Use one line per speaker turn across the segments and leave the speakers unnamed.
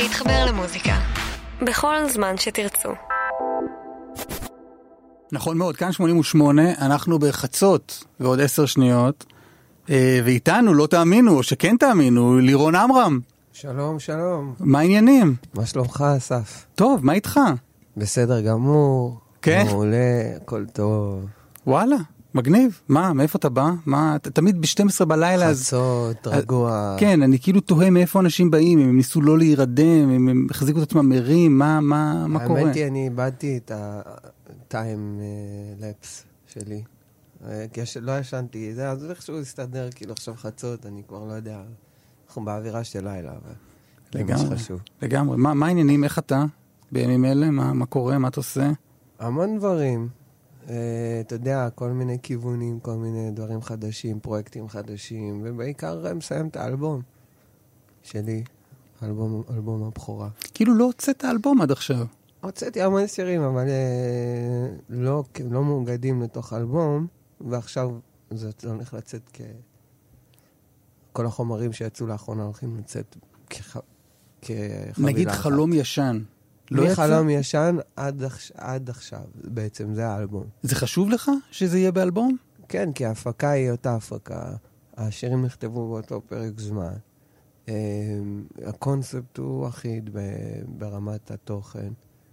להתחבר למוזיקה בכל זמן שתרצו.
נכון מאוד, כאן 88, אנחנו בחצות ועוד 10 שניות, ואיתנו, לא תאמינו, או שכן תאמינו, לירון עמרם.
שלום, שלום.
מה העניינים?
מה שלומך, אסף?
טוב, מה איתך?
בסדר גמור.
כן?
מעולה, הכל טוב.
וואלה, מגניב. מה, מאיפה אתה בא? מה, תמיד ב-12 בלילה.
חצות, רגוע.
כן, אני כאילו תוהה מאיפה אנשים באים, הם ניסו לא להירדם, הם החזיקו את עצמם מרים, מה קורה?
האמת היא, אני איבדתי את הטיים לפס שלי. לא ישנתי, אז איכשהו הסתדר, כאילו עכשיו חצות, אני כבר לא יודע, אנחנו באווירה של לילה, אבל זה מה שחשוב.
לגמרי. מה העניינים, איך אתה בימים אלה? מה קורה, מה אתה עושה?
המון דברים. אתה יודע, כל מיני כיוונים, כל מיני דברים חדשים, פרויקטים חדשים, ובעיקר מסיים את האלבום שלי, אלבום הבכורה.
כאילו לא הוצאת האלבום עד עכשיו.
הוצאתי המון שירים, אבל לא מאוגדים לתוך אלבום, ועכשיו זה הולך לצאת כל החומרים שיצאו לאחרונה הולכים לצאת כחבילה.
נגיד חלום ישן.
מחלום ישן עד עכשיו, בעצם זה האלבום.
זה חשוב לך שזה יהיה באלבום?
כן, כי ההפקה היא אותה הפקה. השירים נכתבו באותו פרק זמן. הקונספט הוא אחיד ברמת התוכן.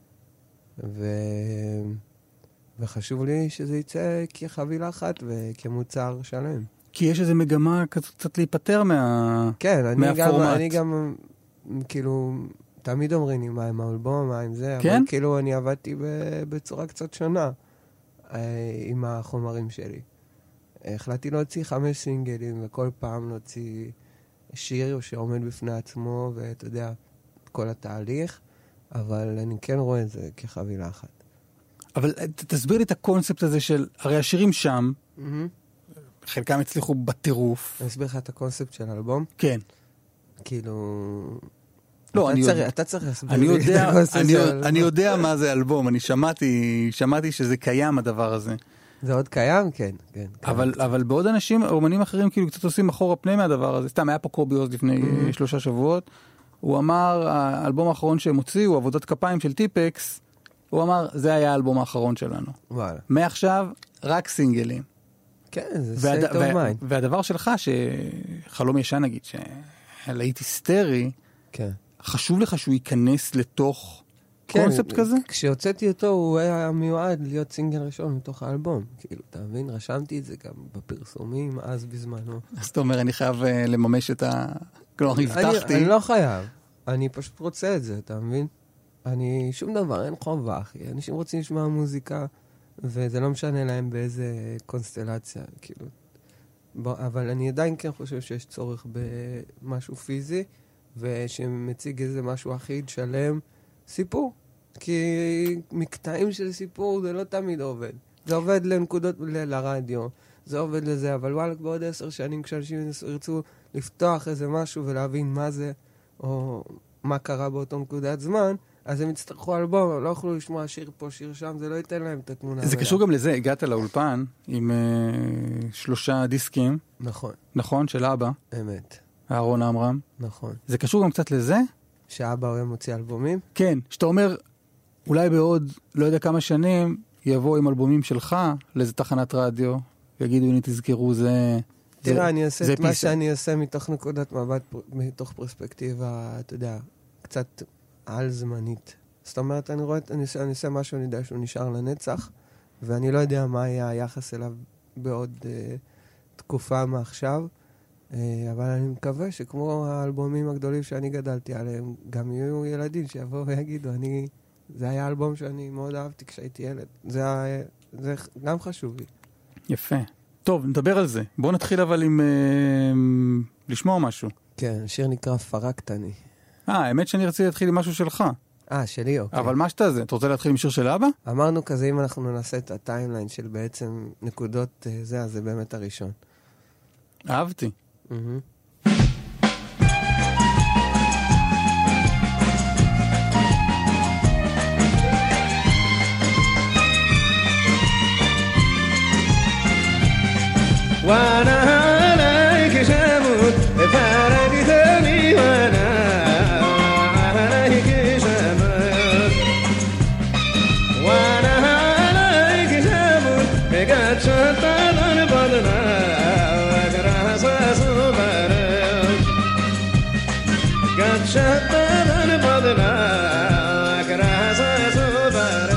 וחשוב לי שזה יצא כחבילה אחת וכמוצר שלם.
כי יש איזו מגמה קצת להיפטר מהפורמט.
כן, אני גם כאילו... תמיד אומרים לי מה עם האלבום, מה עם זה,
כן?
אבל כאילו אני עבדתי בצורה קצת שונה עם החומרים שלי. החלטתי להוציא 5 סינגלים, וכל פעם להוציא שיר שעומד בפני עצמו, ואתה יודע, כל התהליך, אבל אני כן רואה את זה כחבילה אחת.
אבל תסביר לי את הקונספט הזה של, הרי השירים שם, חלקם הצליחו בטירוף.
אני אסביר לך את הקונספט של האלבום?
כן.
כאילו...
לא,
אתה צריך להסביר לי.
אני יודע מה זה אלבום, אני שמעתי שזה קיים הדבר הזה.
זה עוד קיים? כן.
אבל בעוד אנשים, אומנים אחרים כאילו קצת עושים אחורה פני מהדבר הזה. סתם, היה פה קובי אוז לפני 3 שבועות, הוא אמר, האלבום האחרון שהם הוציאו, עבודת כפיים של טיפקס, הוא אמר, זה היה האלבום האחרון שלנו.
וואלה.
מעכשיו, רק סינגלים.
כן, זה state of mind.
והדבר שלך, שחלום ישן נגיד, שהלהיט היסטרי,
כן.
חשוב לך שהוא ייכנס לתוך קונספט כזה?
כשהוצאתי אותו, הוא היה מיועד להיות סינגל ראשון מתוך האלבום. כאילו, אתה מבין? רשמתי את זה גם בפרסומים, אז בזמנו.
אז אתה אומר, אני חייב לממש את כלומר, הבטחתי.
אני לא חייב. אני פשוט רוצה את זה, אתה מבין? שום דבר, אין חובה, אחי. אנשים רוצים לשמוע מוזיקה, וזה לא משנה להם באיזה קונסטלציה, כאילו. אבל אני עדיין כן חושב שיש צורך במשהו פיזי, ושמציג איזה משהו אחיד, שלם, סיפור. כי מקטעים של סיפור זה לא תמיד עובד. זה עובד לנקודות, לרדיו, זה עובד לזה, אבל וואלק בעוד 10 שנים כשאנשים ירצו לפתוח איזה משהו ולהבין מה זה, או מה קרה באותו נקודת זמן, אז הם יצטרכו אלבום, לא יכולו לשמוע שיר פה, שיר שם, זה לא ייתן להם את התמונה.
זה קשור גם לזה, הגעת לאולפן עם 3 דיסקים.
נכון.
נכון, של אבא.
אמת.
אהרון עמרם.
נכון.
זה קשור גם קצת לזה?
שאבא הוא מוציא אלבומים?
כן, שאתה אומר, אולי בעוד, לא יודע כמה שנים, יבוא עם אלבומים שלך לאיזה תחנת רדיו, ויגידו, הנה תזכרו, זה...
תראה, אני אעשה את מה שאני אעשה מתוך נקודת מבט, מתוך פרספקטיבה, אתה יודע, קצת על זמנית. זאת אומרת, אני אעשה משהו, אני יודע שהוא נשאר לנצח, ואני לא יודע מה יהיה היחס אליו בעוד תקופה מעכשיו, אבל אני מקווה שכמו האלבומים הגדולים שאני גדלתי עליהם, גם יהיו ילדים שיבואו ויגידו, זה היה אלבום שאני מאוד אהבתי כשהייתי ילד. זה גם חשוב לי.
יפה. טוב, נדבר על זה. בואו נתחיל אבל עם... לשמוע משהו.
כן, השיר נקרא פרקתני.
האמת שאני רציתי להתחיל עם משהו שלך.
שלי, אוקיי.
אבל מה שאתה זה? אתה רוצה להתחיל עם שיר של אבא?
אמרנו כזה, אם אנחנו נעשה את הטיימליין של בעצם נקודות זה, אז זה באמת הראשון.
אהבתי.
وانا عليك شموت فرقتني وانا عليك شطبا بدناك راسس وبرد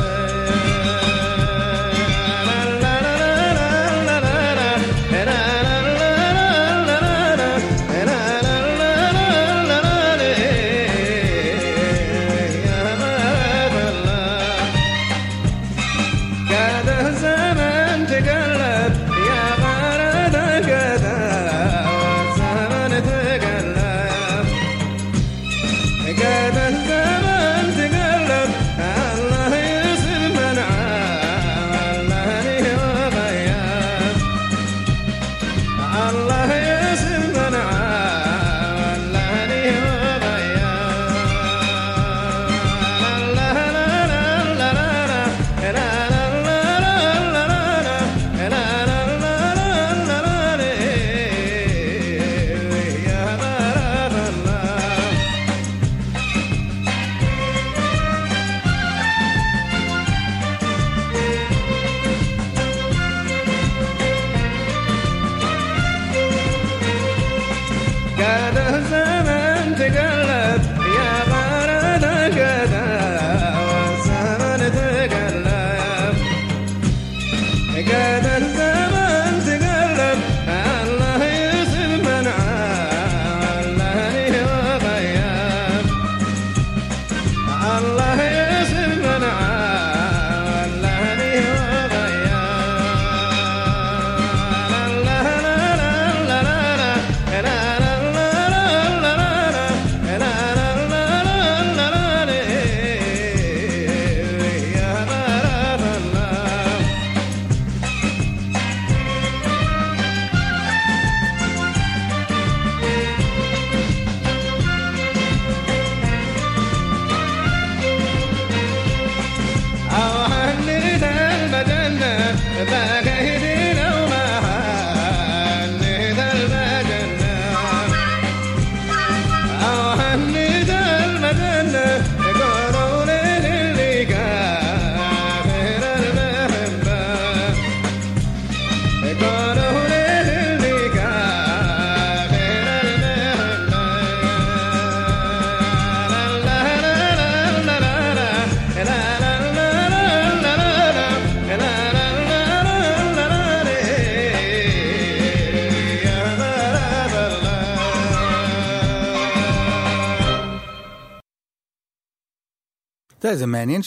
זה מעניין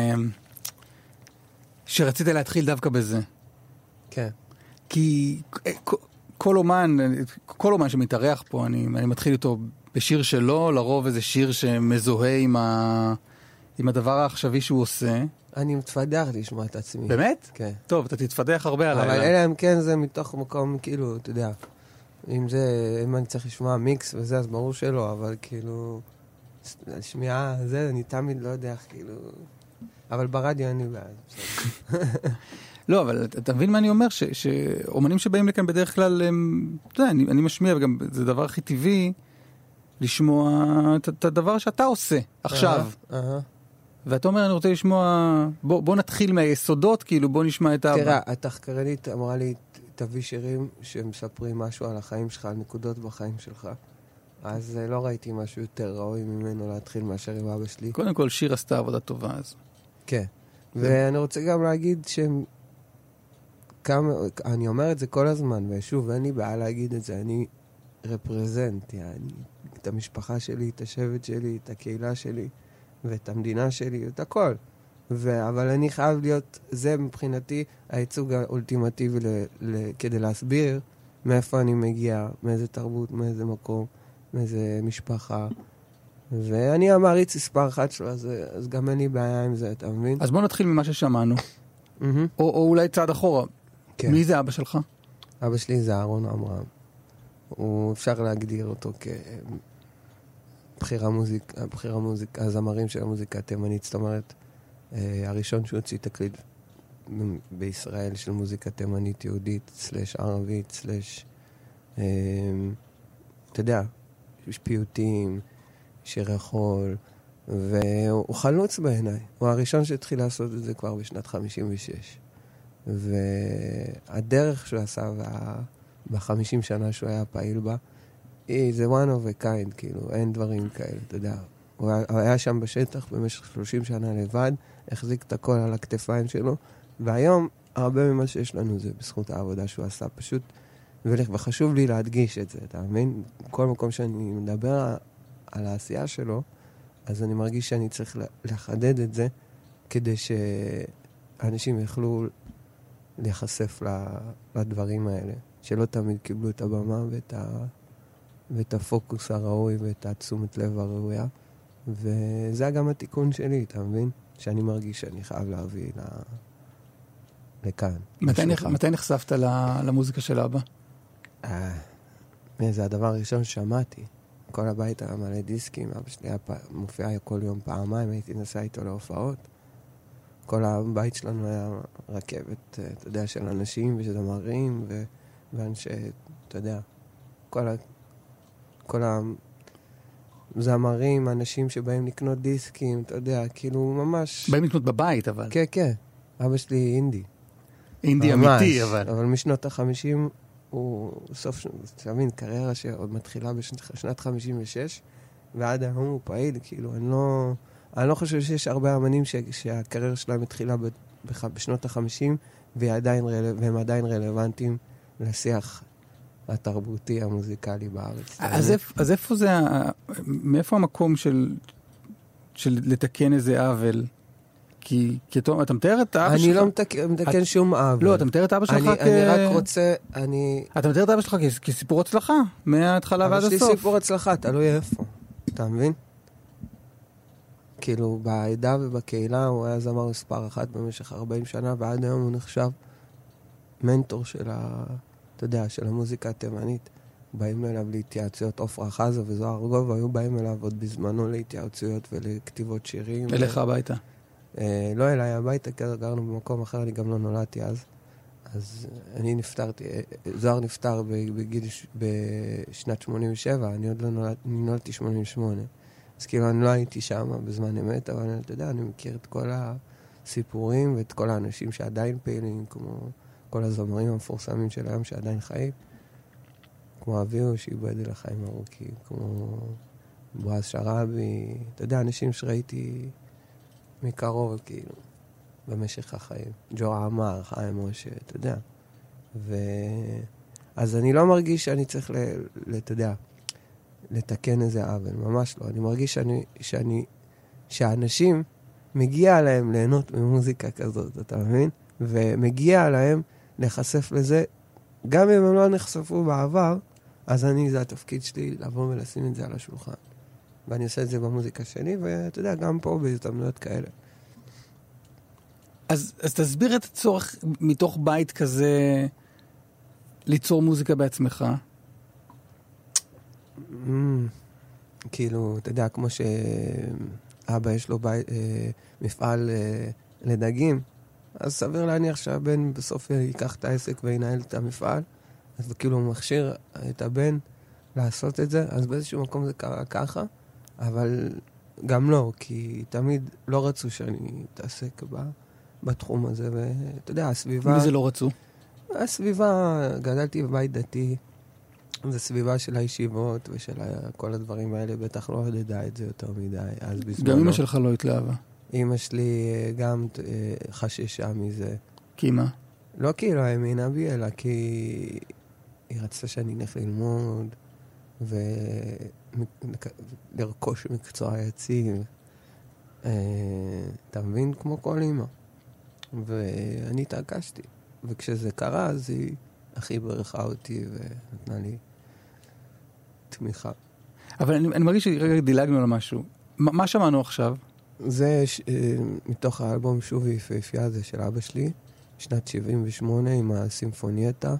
שרצית להתחיל דווקא בזה.
כן.
כי כל אומן שמתארח פה, אני מתחיל איתו בשיר שלו, לרוב איזה שיר שמזוהה עם הדבר העכשווי שהוא עושה.
אני מתפדח לשמוע את עצמי.
באמת?
כן.
טוב, אתה תתפדח הרבה עליי.
אבל אלא אם כן זה מתוך מקום, כאילו, אתה יודע, אם אני צריך לשמוע מיקס וזה, אז ברור שלא, אבל כאילו... השמיעה, זה, אני תמיד לא יודע, כאילו... אבל ברדיו אני בעד.
לא, אבל אתה מבין מה אני אומר? שאומנים שבאים לכאן בדרך כלל, אתה יודע, אני משמיע, וגם זה דבר הכי טבעי, לשמוע את הדבר שאתה עושה עכשיו. ואתה אומר, אני רוצה לשמוע... בוא נתחיל מהיסודות, כאילו, בוא נשמע את האבא.
תראה, התחקרנית אמרה לי, תביא שירים שמספרים משהו על החיים שלך, על נקודות בחיים שלך. אז לא ראיתי משהו יותר ראוי ממנו להתחיל מאשר עם אבא שלי.
קודם כל, שיר עשתה עבודה טובה אז. כן.
ואני רוצה גם להגיד אני אומר את זה כל הזמן, ושוב, אין לי בעיה להגיד את זה, אני רפרזנט, את המשפחה שלי, את השבט שלי, את הקהילה שלי, ואת המדינה שלי, את הכל. אבל אני חייב להיות, זה מבחינתי הייצוג האולטימטיבי כדי להסביר מאיפה אני מגיע, מאיזה תרבות, מאיזה מקום. מאיזה משפחה, ואני המעריץ מספר אחת שלו, אז גם אין לי בעיה עם זה, אתה מבין?
אז בוא נתחיל ממה ששמענו, או אולי צעד אחורה. מי זה אבא שלך?
אבא שלי זה אהרון עמרם. אפשר להגדיר אותו כבחיר המוזיקה, הזמרים של המוזיקה התימנית, זאת אומרת, הראשון שהוא הוציא תקליט בישראל של מוזיקה תימנית יהודית, סלש ערבית, סלש, אתה יודע, יש פיוטים, שירי חול, והוא חלוץ בעיניי. הוא הראשון שהתחיל לעשות את זה כבר בשנת 56. והדרך שהוא עשה, ב-50 שנה שהוא היה פעיל בה, זה one of a kind, כאילו, אין דברים כאלה, אתה יודע. הוא היה שם בשטח במשך 30 שנה לבד, החזיק את הכל על הכתפיים שלו, והיום הרבה ממה שיש לנו זה בזכות העבודה שהוא עשה, פשוט, וחשוב לי להדגיש את זה, אתה מבין? כל מקום שאני מדבר על העשייה שלו, אז אני מרגיש שאני צריך לחדד את זה, כדי שאנשים יוכלו להיחשף לדברים האלה, שלא תמיד קיבלו את הבמה ואת הפוקוס הראוי ואת התשומת לב הראויה. וזה גם התיקון שלי, אתה מבין? שאני מרגיש שאני חייב להביא לכאן.
מתי נחשפת למוזיקה של אבא?
זה הדבר הראשון ששמעתי. כל הבית היה מלא דיסקים, אבא שלי היה מופיע כל יום פעמיים, הייתי נסע איתו להופעות. כל הבית שלנו היה רכבת, אתה יודע, של אנשים ושדמרים ואנשי, אתה יודע, כל הזמרים, אנשים שבאים לקנות דיסקים, אתה יודע, כאילו ממש...
באים לקנות בבית, אבל.
כן, כן. אבא שלי אינדי.
אינדי אמיתי, אבל.
אבל משנות ה-50 הוא סוף, תבין, קריירה שעוד מתחילה בשנת 56, ועד היום הוא פעיל, כאילו, אני לא חושב שיש הרבה אמנים שהקריירה שלהם התחילה בשנות ה-50, והם עדיין רלוונטיים לשיח התרבותי, המוזיקלי בארץ.
אז איפה זה, מאיפה המקום של לתקן איזה עוול? כי אתה מתאר את אבא שלך...
אני לא מתקן שום עוול.
לא, אתה מתאר את אבא שלך
אני רק רוצה,
אתה מתאר את אבא שלך כסיפור הצלחה, מההתחלה ועד הסוף.
יש לי סיפור הצלחה, תלוי איפה. אתה מבין? כאילו, בעדה ובקהילה הוא היה זמר מספר אחת במשך 40 שנה, ועד היום הוא נחשב מנטור של אתה יודע, של המוזיקה התימנית. באים אליו להתייעצויות, עופרה חזה וזוהר ארגוב, היו באים אליו עוד בזמנו להתייעצויות ולכתיבות שירים.
אליך הביתה?
לא אליי הביתה, כי גרנו במקום אחר, אני גם לא נולדתי אז. אז אני נפטרתי, זוהר נפטר בשנת 87, אני עוד לא נולדתי 88. אז כאילו אני לא הייתי שם בזמן אמת, אבל אתה יודע, אני מכיר את כל הסיפורים ואת כל האנשים שעדיין פעילים, כמו כל הזמרים המפורסמים של היום שעדיין חיים. כמו אביהו שאיבד אל החיים ארוכים, כמו בועז שרבי, אתה יודע, אנשים שראיתי מקרוב, כאילו, במשך החיים. ג'ו עמר, חיים משה, אתה יודע. אז אני לא מרגיש שאני צריך, אתה יודע, לתקן איזה עוול, ממש לא. אני מרגיש שהאנשים מגיע להם ליהנות ממוזיקה כזאת, אתה מבין? ומגיע להם להיחשף לזה, גם אם הם לא נחשפו בעבר, אז זה התפקיד שלי לבוא ולשים את זה על השולחן. ואני עושה את זה במוזיקה שלי, ואתה יודע, גם פה בהזדמנויות כאלה.
אז תסביר את הצורך מתוך בית כזה ליצור מוזיקה בעצמך.
כאילו, אתה יודע, כמו שאבא יש לו מפעל לדגים, אז סביר להניח שהבן בסוף ייקח את העסק וינהל את המפעל, אז כאילו הוא מכשיר את הבן לעשות את זה, אז באיזשהו מקום זה קרה ככה, אבל גם לא, כי תמיד לא רצו שאני אתעסק בתחום הזה, ואתה יודע, הסביבה...
מי זה לא רצו?
הסביבה, גדלתי בבית דתי, זו סביבה של הישיבות ושל כל הדברים האלה, בטח לא עודדה את זה יותר מדי, אז בזמנו...
גם אמא שלך לא התלהבה.
אמא שלי גם חששה מזה.
כי מה?
לא כי לא האמינה בי, אלא כי היא רצתה שאני אלך ללמוד ולרכוש מקצוע יציב. אתה מבין? כמו כל אמא. ואני התעקשתי. וכשזה קרה, אז היא הכי ברכה אותי ונתנה לי תמיכה.
אבל אני מרגיש שרגע דילגנו על משהו. מה שמענו עכשיו?
זה מתוך האלבום שובי יפהפייה הזה של אבא שלי, שנת 78 עם הסימפונייטה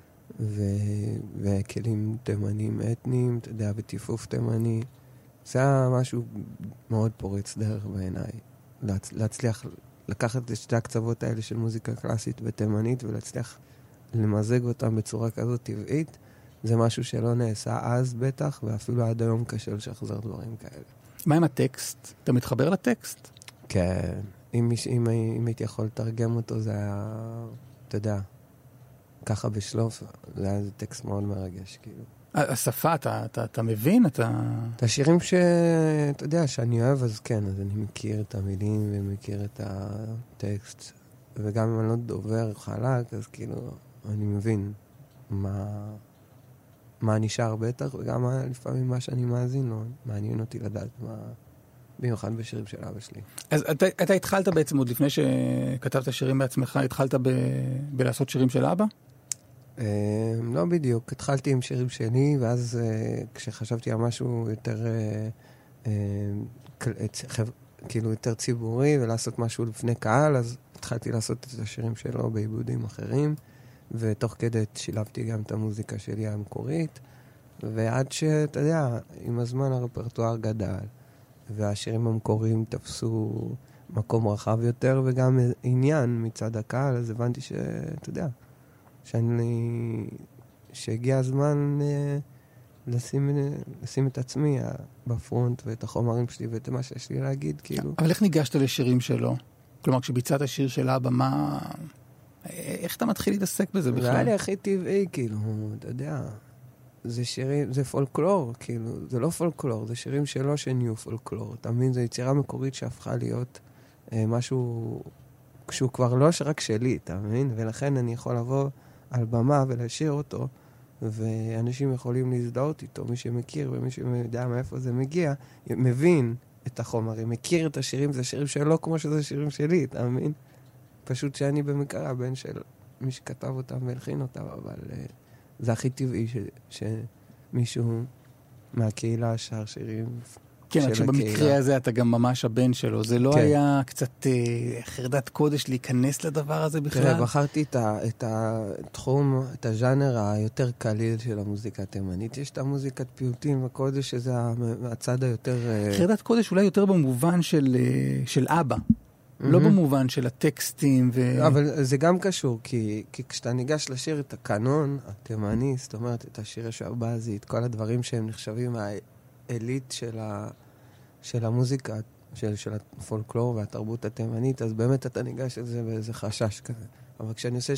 וכלים תימנים אתניים, אתה יודע, וטיפוף תימני. זה היה משהו מאוד פורץ דרך בעיניי. להצליח לקחת את שתי הקצוות האלה של מוזיקה קלאסית ותימנית ולהצליח למזג אותם בצורה כזאת טבעית, זה משהו שלא נעשה אז בטח, ואפילו עד היום קשה לשחזר דברים כאלה.
מה עם הטקסט? אתה מתחבר לטקסט?
כן. אם הייתי יכול לתרגם אותו, זה היה, אתה יודע, ככה בשלוף, זה היה טקסט מאוד מרגש, כאילו.
השפה, אתה מבין?
את השירים שאתה יודע, שאני אוהב, אז כן, אז אני מכיר את המילים ומכיר את הטקסט, וגם אם אני לא דובר חלק, אז כאילו, אני מבין מה נשאר בטח, וגם לפעמים מה שאני מאזין לו, מעניין אותי לדעת מה, במיוחד בשירים של אבא שלי.
אז אתה התחלת בעצם עוד לפני שכתבת שירים בעצמך, התחלת בלעשות שירים של אבא?
לא בדיוק, התחלתי עם שירים שלי, ואז כשחשבתי על משהו יותר, כאילו יותר ציבורי, ולעשות משהו לפני קהל, אז התחלתי לעשות את השירים שלו בעיבודים אחרים, ותוך כדי שילבתי גם את המוזיקה שלי המקורית, ועד שאתה יודע, עם הזמן הרפרטואר גדל, והשירים המקוריים תפסו מקום רחב יותר, וגם עניין מצד הקהל, אז הבנתי שאתה יודע, שהגיע הזמן לשים את עצמי בפרונט, ואת החומרים שלי, ואת מה שיש לי להגיד, כאילו.
אבל איך ניגשת לשירים שלו? כלומר, כשביצעת שיר של אבא, איך אתה מתחיל להתעסק בזה בכלל?
זה היה לי הכי טבעי, כאילו, אתה יודע. זה שירים, זה פולקלור, כאילו, זה לא פולקלור, זה שירים שלו שנהיו פולקלור. אתה מבין, זו יצירה מקורית שהפכה להיות משהו, כשהוא כבר לא רק שלי, אתה מבין? ולכן אני יכול לבוא על במה ולשיר אותו, ואנשים יכולים להזדהות איתו, מי שמכיר ומי שיודע מאיפה זה מגיע, מבין את החומרים, מכיר את השירים, זה שירים שלו כמו שזה שירים שלי, אתה מבין? פשוט שאני במקרה הבן של מי שכתב אותם והלחין אותם, אבל זה הכי טבעי שמישהו מהקהילה שר שירים
כן, רק שבמקרה הזה אתה גם ממש הבן שלו. זה לא היה קצת חרדת קודש להיכנס לדבר הזה בכלל?
תראה, בחרתי את התחום, את הז'אנר היותר קליל של המוזיקה התימנית. יש את המוזיקת פיוטים וקודש, שזה הצד היותר...
חרדת קודש אולי יותר במובן של אבא. לא במובן של הטקסטים
אבל זה גם קשור, כי כשאתה ניגש לשיר את הקנון התימני, זאת אומרת, את השיר השעבזי, את כל הדברים שהם נחשבים העילית של המוזיקה, של הפולקלור והתרבות התימנית, אז באמת אתה ניגש לזה באיזה חשש כזה. אבל כשאני עושה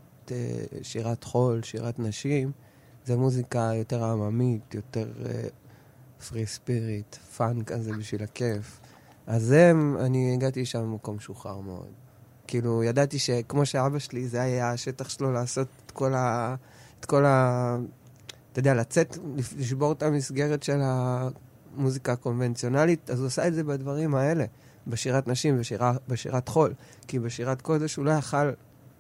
שירת חול, שירת נשים, זה מוזיקה יותר עממית, יותר פרי ספיריט, פאן כזה בשביל הכיף. אז אני הגעתי שם במקום שוחרר מאוד. כאילו, ידעתי שכמו שאבא שלי, זה היה השטח שלו לעשות את כל ה... אתה יודע, לצאת, לשבור את המסגרת של המוזיקה הקונבנציונלית, אז הוא עושה את זה בדברים האלה, בשירת נשים, בשירת חול. כי בשירת קודש הוא לא יכל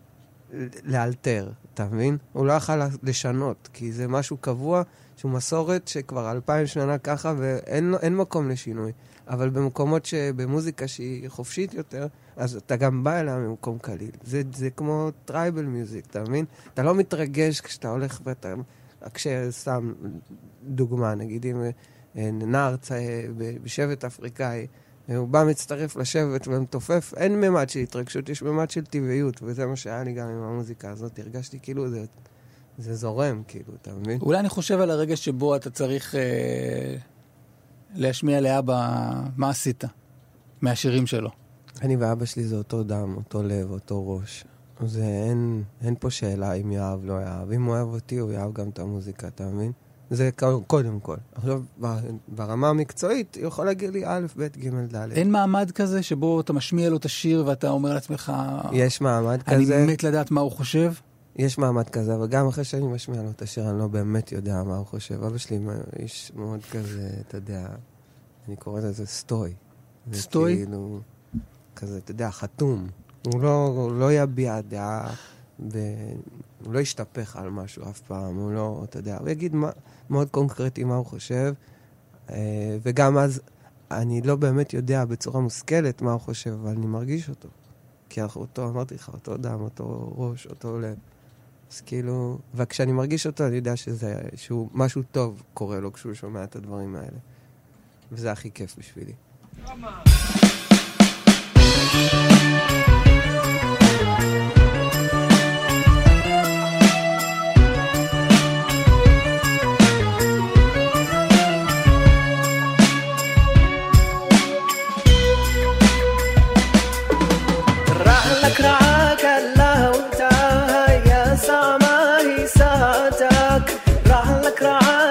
לאלתר, אתה מבין? הוא לא יכל לשנות, כי זה משהו קבוע, שהוא מסורת שכבר 2000 שנה ככה, ואין מקום לשינוי. אבל במקומות במוזיקה שהיא חופשית יותר, אז אתה גם בא אליה ממקום קליל. זה כמו טרייבל מיוזיק, אתה מבין? אתה לא מתרגש כשאתה הולך ואתה... כששם דוגמה, נגיד אם נער בשבט אפריקאי, הוא בא מצטרף לשבט ומתופף, אין ממד של התרגשות, יש ממד של טבעיות, וזה מה שהיה לי גם עם המוזיקה הזאת. הרגשתי כאילו זה זורם, כאילו, אתה מבין?
אולי אני חושב על הרגע שבו אתה צריך להשמיע לאבא מה עשית מהשירים שלו.
אני ואבא שלי זה אותו דם, אותו לב, אותו ראש. אין פה שאלה אם יאהב, לא יאהב. אם הוא אוהב אותי, הוא יאהב גם את המוזיקה, אתה מבין? זה קודם כל. עכשיו, ברמה המקצועית, הוא יכול להגיד לי א', ב', ג', ד'.
אין מעמד כזה שבו אתה משמיע לו את השיר ואתה אומר לעצמך...
יש מעמד כזה.
אני מת לדעת מה הוא חושב.
יש מעמד כזה, אבל גם אחרי שאני משמיע לו את השיר, אני לא באמת יודע מה הוא חושב. אבא שלי איש מאוד כזה, אתה יודע, אני קורא לזה סטוי.
סטוי?
כאילו, כזה, אתה יודע, חתום. הוא לא יביע דעה, הוא לא ישתפך על משהו אף פעם, הוא לא, אתה יודע, הוא יגיד מאוד קונקרטי מה הוא חושב, וגם אז אני לא באמת יודע בצורה מושכלת מה הוא חושב, אבל אני מרגיש אותו. כי אותו, אמרתי לך, אותו דם, אותו ראש, אותו לב. אז כאילו, וכשאני מרגיש אותו, אני יודע שהוא משהו טוב קורה לו כשהוא שומע את הדברים האלה. וזה הכי כיף בשבילי.
رعاك الله وانت يا سامي ساتك رعاك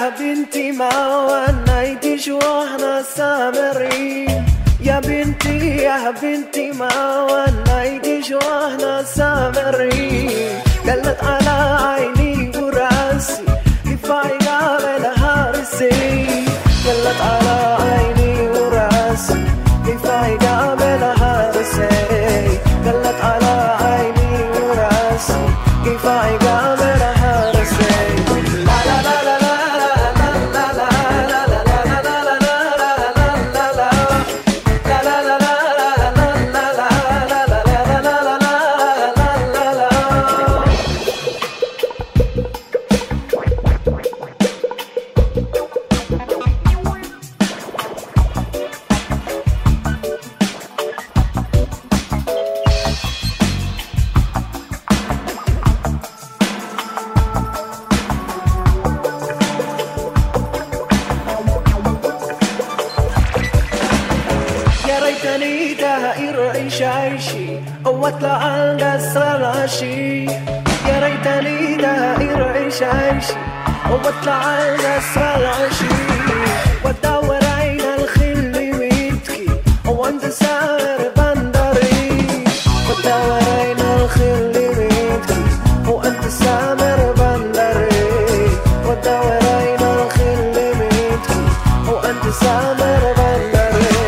بنتي ما ونيتش واحنا سامرين يا بنتي ما ونيتش واحنا سامرين قلت على عيني وراسي كفاية قابلها رسي قلت على عيني وراسي كفاية قابلها رسي قلت على عيني وراسي كفاية قابلها رسي لا لا لا لا واطلع على قصر العشي يا ريتني داير عيش عيشي واطلع على قصر العشي وادور عين الخل بيتكي وانت ساهر بندري وادور عين الخل بيتكي وانت ساهر بندري وادور عين الخل بيتكي وانت ساهر بندري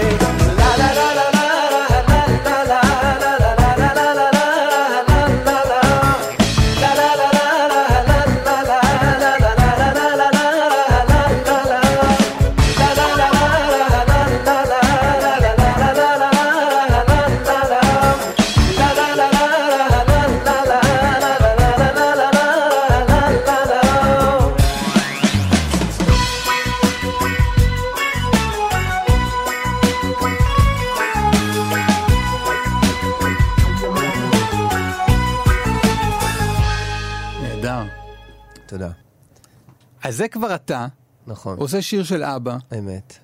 אז זה כבר אתה.
נכון.
עושה שיר של אבא.
אמת.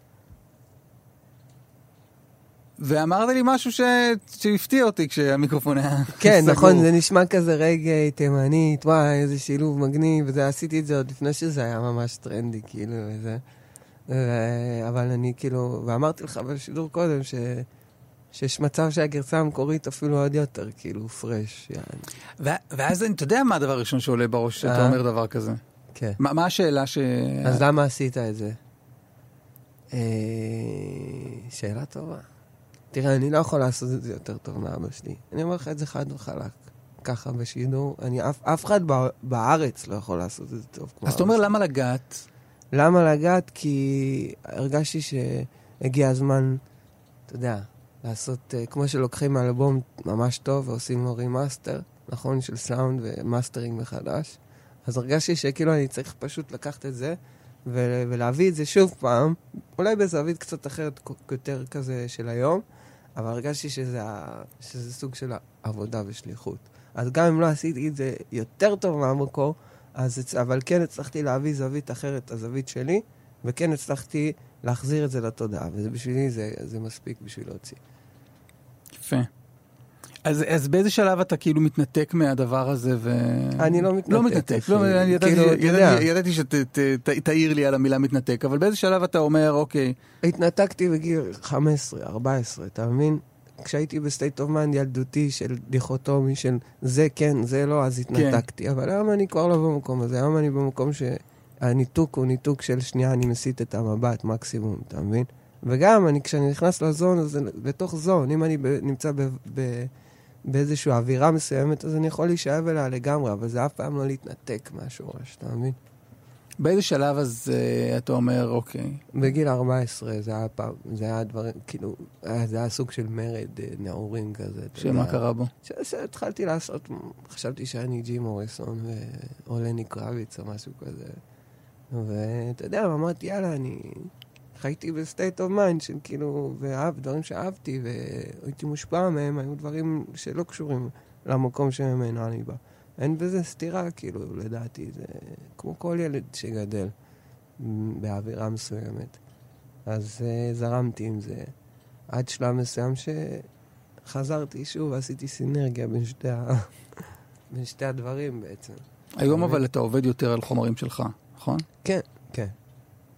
ואמרת לי משהו שהפתיע אותי כשהמיקרופון היה
כן,
סגור.
נכון, זה נשמע כזה רגע תימנית, וואי, איזה שילוב מגניב, וזה, עשיתי את זה עוד לפני שזה היה ממש טרנדי, כאילו, וזה. אבל אני כאילו, ואמרתי לך בשידור קודם, שיש מצב שהגרסה המקורית אפילו עוד יותר, כאילו, פרש, יעני.
ואז אתה יודע מה הדבר הראשון שעולה בראש שאתה אומר דבר כזה?
כן.
מה השאלה ש...
אז למה עשית את זה? שאלה טובה. תראה, אני לא יכול לעשות את זה יותר טוב מאבא שלי. אני אומר לך את זה חד וחלק. ככה בשידור. אף אחד בארץ לא יכול לעשות את זה טוב כמו...
אז אתה אומר למה לגעת?
למה לגעת? כי הרגשתי שהגיע הזמן, אתה יודע, לעשות, כמו שלוקחים אלבום ממש טוב ועושים לו רימאסטר, נכון? של סאונד ומאסטרינג מחדש. אז הרגשתי שכאילו אני צריך פשוט לקחת את זה ולהביא את זה שוב פעם, אולי בזווית קצת אחרת יותר כזה של היום, אבל הרגשתי שזה סוג של עבודה ושליחות. אז גם אם לא עשיתי את זה יותר טוב מהמקור, אבל כן הצלחתי להביא זווית אחרת, הזווית שלי, וכן הצלחתי להחזיר את זה לתודעה, ובשבילי זה מספיק בשביל להוציא.
יפה. אז באיזה שלב אתה כאילו מתנתק מהדבר הזה
אני לא מתנתק.
לא מתנתק. ידעתי שתעיר לי על המילה מתנתק, אבל באיזה שלב אתה אומר, אוקיי.
התנתקתי בגיל 15, 14, אתה מבין? כשהייתי בסטייט אוף מיינד ילדותי של דיכוטומי של זה כן, זה לא, אז התנתקתי. אבל היום אני כבר לא במקום הזה. היום אני במקום שהניתוק הוא ניתוק של שנייה, אני מסיט את המבט מקסימום, אתה מבין? וגם כשאני נכנס לזון, אז בתוך זון, אם אני נמצא באיזושהי אווירה מסוימת, אז אני יכול להישאב אליה לגמרי, אבל זה אף פעם לא להתנתק מהשורש, אתה מבין?
באיזה שלב אז אתה אומר, אוקיי.
בגיל 14 זה היה דברים, כאילו, זה היה סוג של מרד נעורים כזה.
שמה קרה בו?
שהתחלתי לעשות, חשבתי שאני ג'י מוריסון או לני קרביץ או משהו כזה. ואתה יודע, אמרתי, יאללה, אני חייתי בסטייט אוף מיינד של כאילו, דברים שאהבתי והייתי מושפע מהם, היו דברים שלא קשורים למקום שממנו אני בא. אין בזה סתירה, כאילו, לדעתי, זה כמו כל ילד שגדל באווירה מסוימת. אז זרמתי עם זה עד שלב מסוים שחזרתי שוב ועשיתי סינרגיה בין שתי הדברים בעצם.
היום אבל אתה עובד יותר על חומרים שלך, נכון?
כן, כן.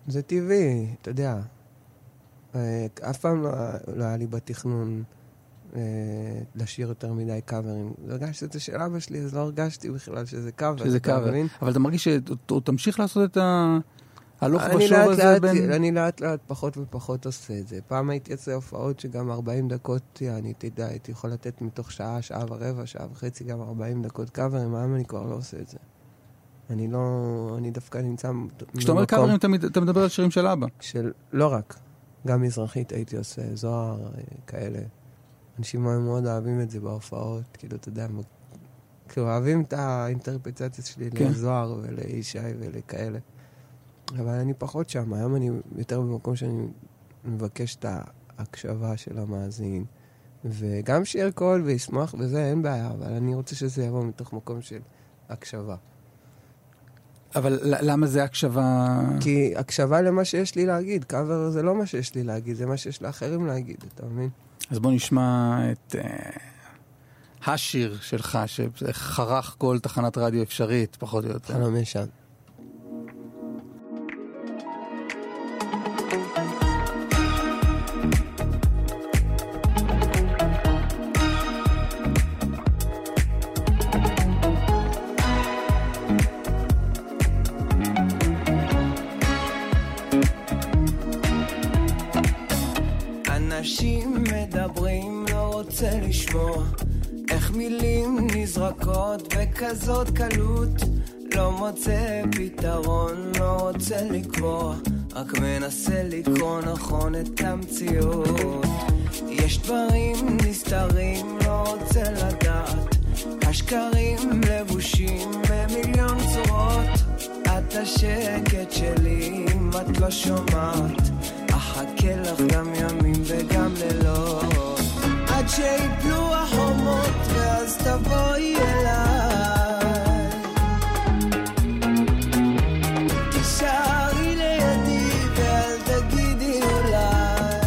זה טבעי, אתה יודע. אף פעם לא היה לי בתכנון לשיר יותר מדי קאברים. הרגשתי את זה של אבא שלי, אז לא הרגשתי בכלל שזה קאבר.
שזה קאבר. אבל אתה מרגיש שהוא תמשיך לעשות את הלוך ושוב הזה בין...
אני לאט לאט פחות ופחות עושה את זה. פעם הייתי יוצא הופעות שגם 40 דקות, אני תדע, הייתי יכול לתת מתוך שעה, שעה ורבע, שעה וחצי, גם 40 דקות קאברים, היום אני כבר לא עושה את זה. אני דווקא נמצא...
כשאתה אומר קאברים, אתה מדבר על שירים של אבא.
לא רק. גם מזרחית הייתי עושה, זוהר, כאלה. אנשים מאוד אוהבים את זה בהופעות, כאילו, אתה יודע, כאילו, אוהבים את האינטרפרטציה שלי לזוהר ולישי ולכאלה. אבל אני פחות שם, היום אני יותר במקום שאני מבקש את ההקשבה של המאזין, וגם שיר קול וישמח וזה, אין בעיה, אבל אני רוצה שזה יבוא מתוך מקום של הקשבה.
אבל למה זה הקשבה?
כי הקשבה למה שיש לי להגיד, קאבר זה לא מה שיש לי להגיד, זה מה שיש לאחרים להגיד, אתה מבין?
אז בוא נשמע את השיר שלך, שחרך כל תחנת רדיו אפשרית, פחות או יותר.
חלום ישן.
אנשים מדברים, לא רוצה לשמוע איך מילים נזרקות בכזאת קלות. לא מוצא פתרון, לא רוצה לקבוע, רק מנסה לקרוא נכון את המציאות. יש דברים נסתרים, לא רוצה לדעת, השקרים לבושים במיליון צורות. את השקט שלי אם את לא שומעת, אחכה לך גם ימים וגם לילות, עד שיפלו החומות ואז תבואי אליי, תישארי לידי ואל תגידי אולי,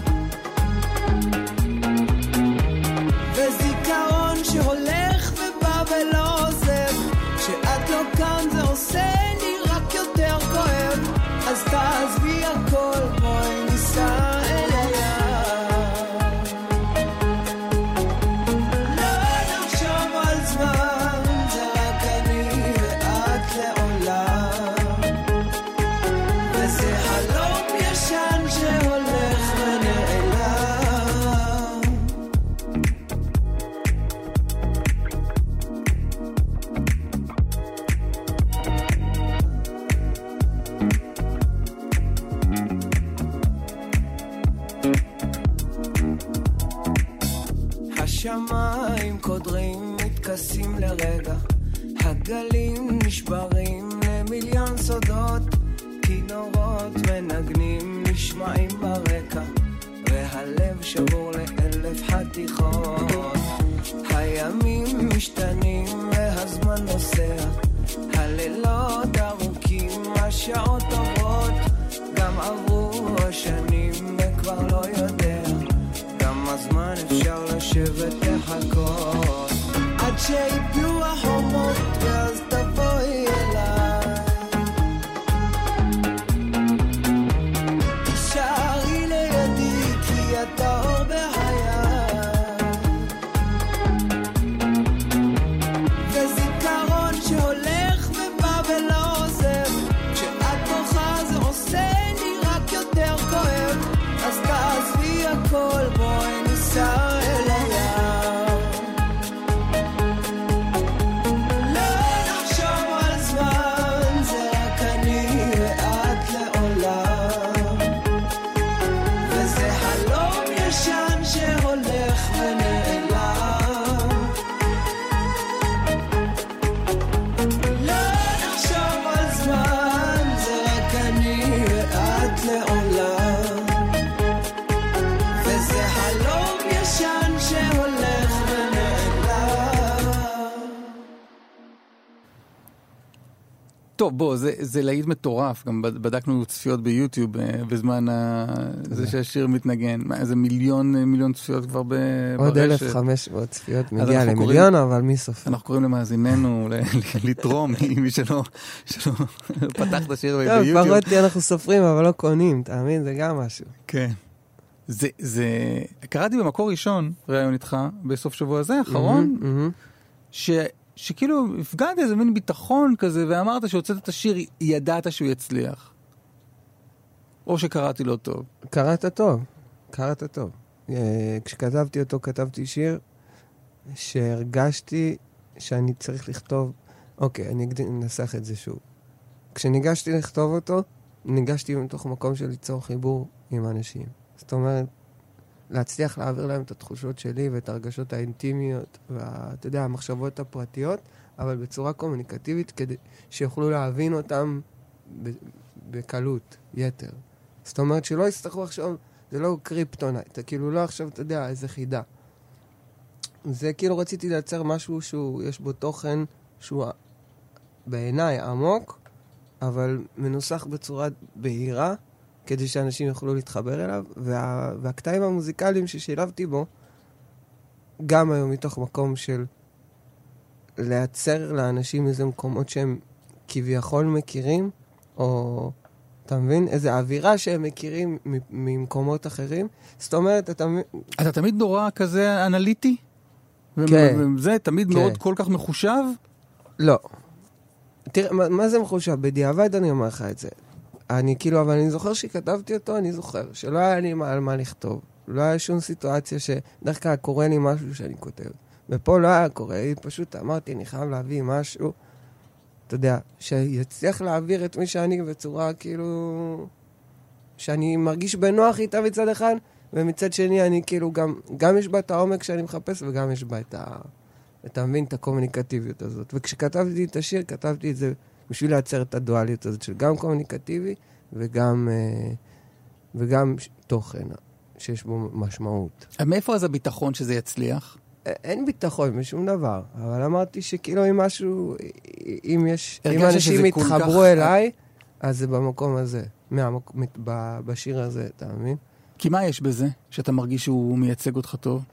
וזיכרון שהולך ובא ולא עוזב, שאת לא כאן זה עושה לי רק יותר כואב. אז תעזבי הכל, בואי ניסע אל הים, לא נחשוב על זמן, זה רק אני ואת לעולם, וזה חלום ישן שהולך ונעלם. השמיים קודרים, מתכסים לרגע, הגלים נשברים למיליון סודות, כינורות מנגנים נשמעים ברקע, והלב שבור לאלף חתיכות. הימים משתנים והזמן נוסע, הלילות ארוכים, השעות עוברות, גם עברו השנים וכבר לא יודע כמה זמן אפשר לשבת לחכות, עד שיפלו החומות ואז תבואי אליי, תישארי לידי כי את האור בחיי, וזיכרון שהולך ובא ולא עוזב, כשאת בוכה זה עושה לי רק יותר כואב. אז תעזבי הכל, בואי ניסע אל הים,
טוב, בוא, זה להיט מטורף, גם בדקנו צפיות ביוטיוב בזמן זה שהשיר מתנגן, איזה מיליון צפיות כבר ברשת.
עוד 1,500 צפיות, מגיע למיליון, אבל מי סופר?
אנחנו קוראים למאזיננו לתרום, מי שלא פתח את השיר ביוטיוב.
טוב, פרותי אנחנו סופרים, אבל לא קונים, תאמין, זה גם משהו.
כן. קראתי במקור ראשון, ראיון איתך, בסוף שבוע הזה, האחרון, שכאילו הפגעת איזה מין ביטחון כזה, ואמרת שהוצאת את השיר, ידעת שהוא יצליח. או שקראתי לו טוב.
קראת טוב. כשכתבתי אותו, כתבתי שיר, שהרגשתי שאני צריך לכתוב, אוקיי, אני אנסח את זה שוב. כשניגשתי לכתוב אותו, ניגשתי מתוך מקום של ליצור חיבור עם אנשים. זאת אומרת, להצליח להעביר להם את התחושות שלי ואת הרגשות האינטימיות ואתה יודע, המחשבות הפרטיות, אבל בצורה קומוניקטיבית כדי שיוכלו להבין אותם בקלות, יתר. זאת אומרת שלא יצטרכו עכשיו, זה לא קריפטונייט, כאילו לא עכשיו, אתה יודע, איזה חידה. זה כאילו רציתי לייצר משהו שיש בו תוכן שהוא בעיניי עמוק, אבל מנוסח בצורה בהירה, כדי שאנשים יוכלו להתחבר אליו, והקטעים המוזיקליים ששילבתי בו, גם היום מתוך מקום של לייצר לאנשים איזה מקומות שהם כביכול מכירים, או, אתה מבין? איזה אווירה שהם מכירים ממקומות אחרים. זאת אומרת,
אתה תמיד נורא כזה אנליטי?
כן.
וזה תמיד מאוד כל כך מחושב?
לא. תראה, מה זה מחושב? בדיעבד אני אומר לך את זה. אני כאילו, אבל אני זוכר שכתבתי אותו, אני זוכר שלא היה לי על מה לכתוב. לא היה שום סיטואציה שדרך כלל קורא לי משהו שאני כותב. ופה לא היה קורא, פשוט אמרתי, אני חייב להביא משהו, אתה יודע, שיצליח להעביר את מי שאני בצורה כאילו, שאני מרגיש בנוח איתה מצד אחד, ומצד שני אני כאילו גם יש בה את העומק שאני מחפש, וגם יש בה את המבין, את הקומוניקטיביות הזאת. וכשכתבתי את השיר, כתבתי את זה בשביל לייצר את הדואליות הזאת של גם קומוניקטיבי וגם תוכן שיש בו משמעות.
מאיפה אז הביטחון שזה יצליח?
אין ביטחון משום דבר, אבל אמרתי שכאילו אם משהו, אם אנשים יתחברו אליי, אז זה במקום הזה, בשיר הזה, אתה מבין?
כי מה יש בזה שאתה מרגיש שהוא מייצג אותך טוב?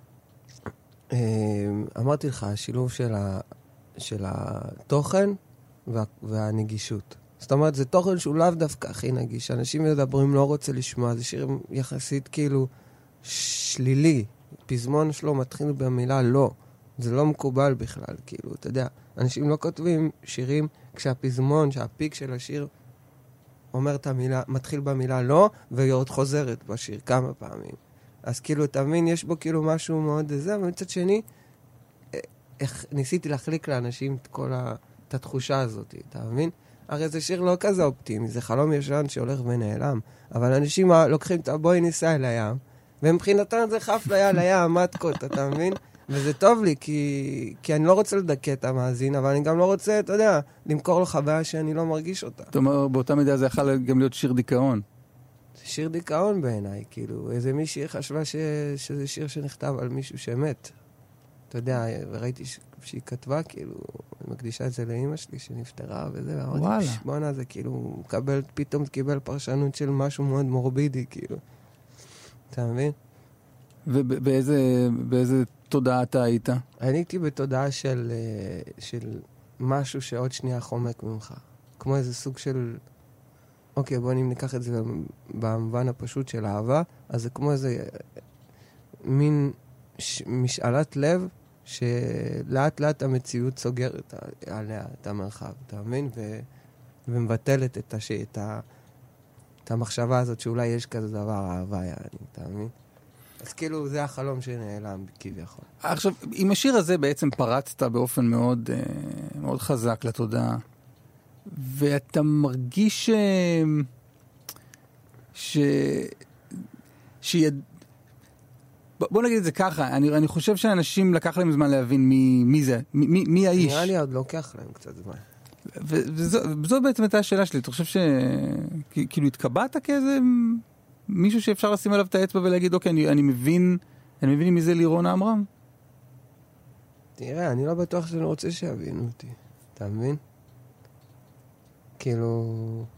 אמרתי לך, השילוב של התוכן והנגישות. זאת אומרת, זה תוכן שהוא לאו דווקא הכי נגיש. אנשים מדברים, לא רוצה לשמוע, זה שיר יחסית כאילו שלילי. פזמון שלו מתחיל במילה לא. זה לא מקובל בכלל, כאילו, אתה יודע. אנשים לא כותבים שירים כשהפזמון, שהפיק של השיר אומר את המילה, מתחיל במילה לא, ועוד חוזרת בשיר כמה פעמים. אז כאילו, תאמין, יש בו כאילו משהו מאוד זה, ומצד שני, ניסיתי להחליק לאנשים את התחושה הזאת, אתה מבין? הרי זה שיר לא כזה אופטימי, זה חלום ישן שהולך ונעלם, אבל אנשים לוקחים את הבואי ניסה אל הים, ומבחינתם זה חף לים, מתקות, אתה מבין? וזה טוב לי, כי אני לא רוצה לדכא את המאזין, אבל אני גם לא רוצה, אתה יודע, למכור לו חוויה שאני לא מרגיש אותה.
זאת אומרת, באותה מידה זה יכול גם להיות שיר דיכאון.
זה שיר דיכאון בעיניי, כאילו, איזה מישהי חשבה שזה שיר שנכתב על מישהו שמת. אתה יודע, וראיתי שהיא כתבה, כאילו, היא מקדישה את זה לאמא שלי שנפטרה וזה, ואמרתי, בואנה, זה כאילו, פתאום קיבל פרשנות של משהו מאוד מורבידי, כאילו. אתה מבין?
ובאיזה תודעה אתה היית?
אני הייתי בתודעה של משהו שעוד שנייה חומק ממך. כמו איזה סוג של, אוקיי, בוא ניקח את זה במובן הפשוט של אהבה, אז זה כמו איזה מין משאלת לב, שלאט לאט המציאות סוגרת עליה את המרחב, אתה מבין? ומבטלת את המחשבה הזאת שאולי יש כזה דבר, אהבה, אתה מבין? אז כאילו זה החלום שנעלם כביכול.
עכשיו, עם השיר הזה בעצם פרצת באופן מאוד, מאוד חזק לתודעה, ואתה מרגיש בוא נגיד את זה ככה, אני חושב שאנשים לקח להם זמן להבין מי זה, מי האיש.
נראה לי עוד לוקח להם קצת זמן.
וזו בעצם הייתה השאלה שלי, אתה חושב שכאילו התקבעת כאיזה מישהו שאפשר לשים עליו את האצבע ולהגיד, אוקיי, אני מבין מי זה לירון עמרם?
תראה, אני לא בטוח שאני רוצה שיבינו אותי, אתה מבין? כאילו,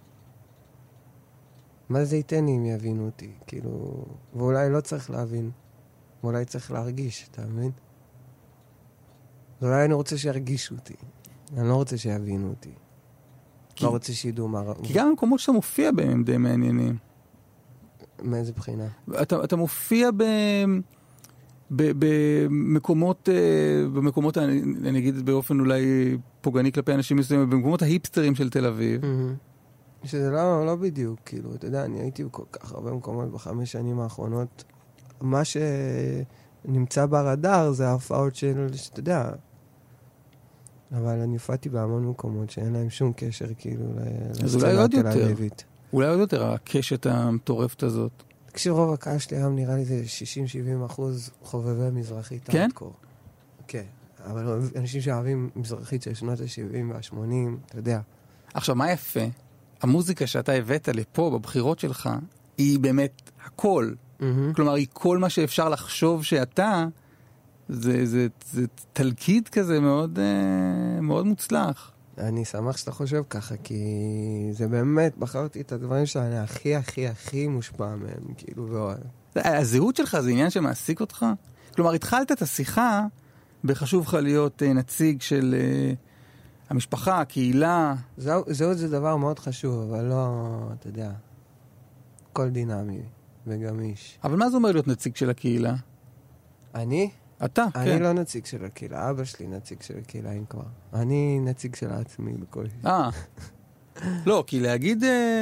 מה זה ייתן לי אם יבינו אותי? כאילו, ואולי לא צריך להבין, ואולי צריך להרגיש, אתה מבין? אולי אני רוצה שירגישו אותי, אני לא רוצה שיבינו אותי. לא רוצה שידעו מה...
כי גם המקומות שאתה מופיע בהם הם די מעניינים.
מאיזה בחינה?
אתה מופיע במקומות, אני אגיד באופן אולי פוגעני כלפי אנשים מסוימים, במקומות ההיפסטרים של תל אביב.
שזה לא בדיוק, כאילו, אתה יודע, אני הייתי בכל כך הרבה מקומות ב5 שנים האחרונות. מה שנמצא ברדאר זה ההופעות שאתה יודע, אבל אני הופעתי בהמון מקומות שאין להם שום קשר, כאילו, לסצנה התל אביבית.
אולי עוד יותר, הקשת המטורפת הזאת.
תקשיב, רוב הקהל שלי היום נראה לי זה 60-70% חובבי מזרחית.
כן?
כן. אבל אנשים שאוהבים מזרחית של שנות ה-70 וה-80, אתה יודע. עכשיו,
מה יפה? המוזיקה שאתה הבאת לפה, בבחירות שלך, היא באמת הכל. כלומר, היא כל מה שאפשר לחשוב שאתה, זה תלקיד כזה מאוד, מאוד מוצלח.
אני שמח שאתה חושב ככה, כי זה באמת, בחרתי את הדברים שאני הכי מושפע מהם, כאילו, ואוהב.
הזהות שלך זה עניין שמעסיק אותך? כלומר, התחלת את השיחה, בחשוב לך להיות נציג של המשפחה, הקהילה.
זהות זה דבר מאוד חשוב, אבל לא, אתה יודע, כל דינמי וגמיש.
אבל מה זה אומר להיות נציג של הקהילה?
אני?
אתה, כן.
אני לא נציג של הקהילה, אבא שלי נציג של הקהילה, אם כבר. אני נציג של עצמי בכל...
לא, כי להגיד...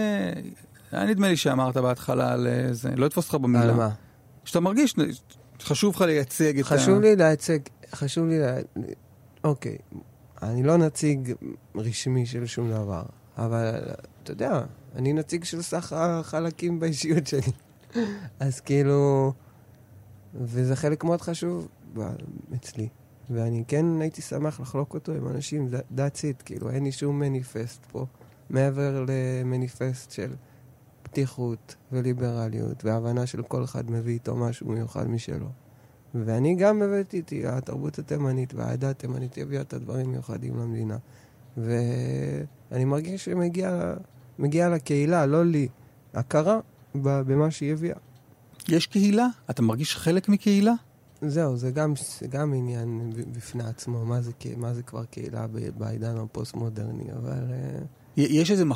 נדמה לי שאמרת בהתחלה על זה, לא יתפוס לך במילה.
על מה?
שאתה מרגיש, חשוב לך לייצג את
חשוב לי אוקיי, אני לא נציג רשמי של שום דבר, אבל אתה יודע, אני נציג של סך החלקים באישיות שלי. אז כאילו... וזה חלק מאוד חשוב אצלי. ואני כן הייתי שמח לחלוק אותו עם אנשים, that's it, כאילו, אין לי שום מניפסט פה, מעבר למניפסט של פתיחות וליברליות, והבנה של כל אחד מביא איתו משהו מיוחד משלו. ואני גם הבאתי איתי, התרבות התימנית והעדה התימנית הביאה את הדברים מיוחדים למדינה. ואני מרגיש שמגיע לקהילה, לא לי, הכרה במה שהיא הביאה.
יש קהילה? אתה מרגיש חלק מקהילה?
זהו, זה גם עניין בפני עצמו, מה זה כבר קהילה בעידן הפוסט-מודרני, אבל...
יש איזה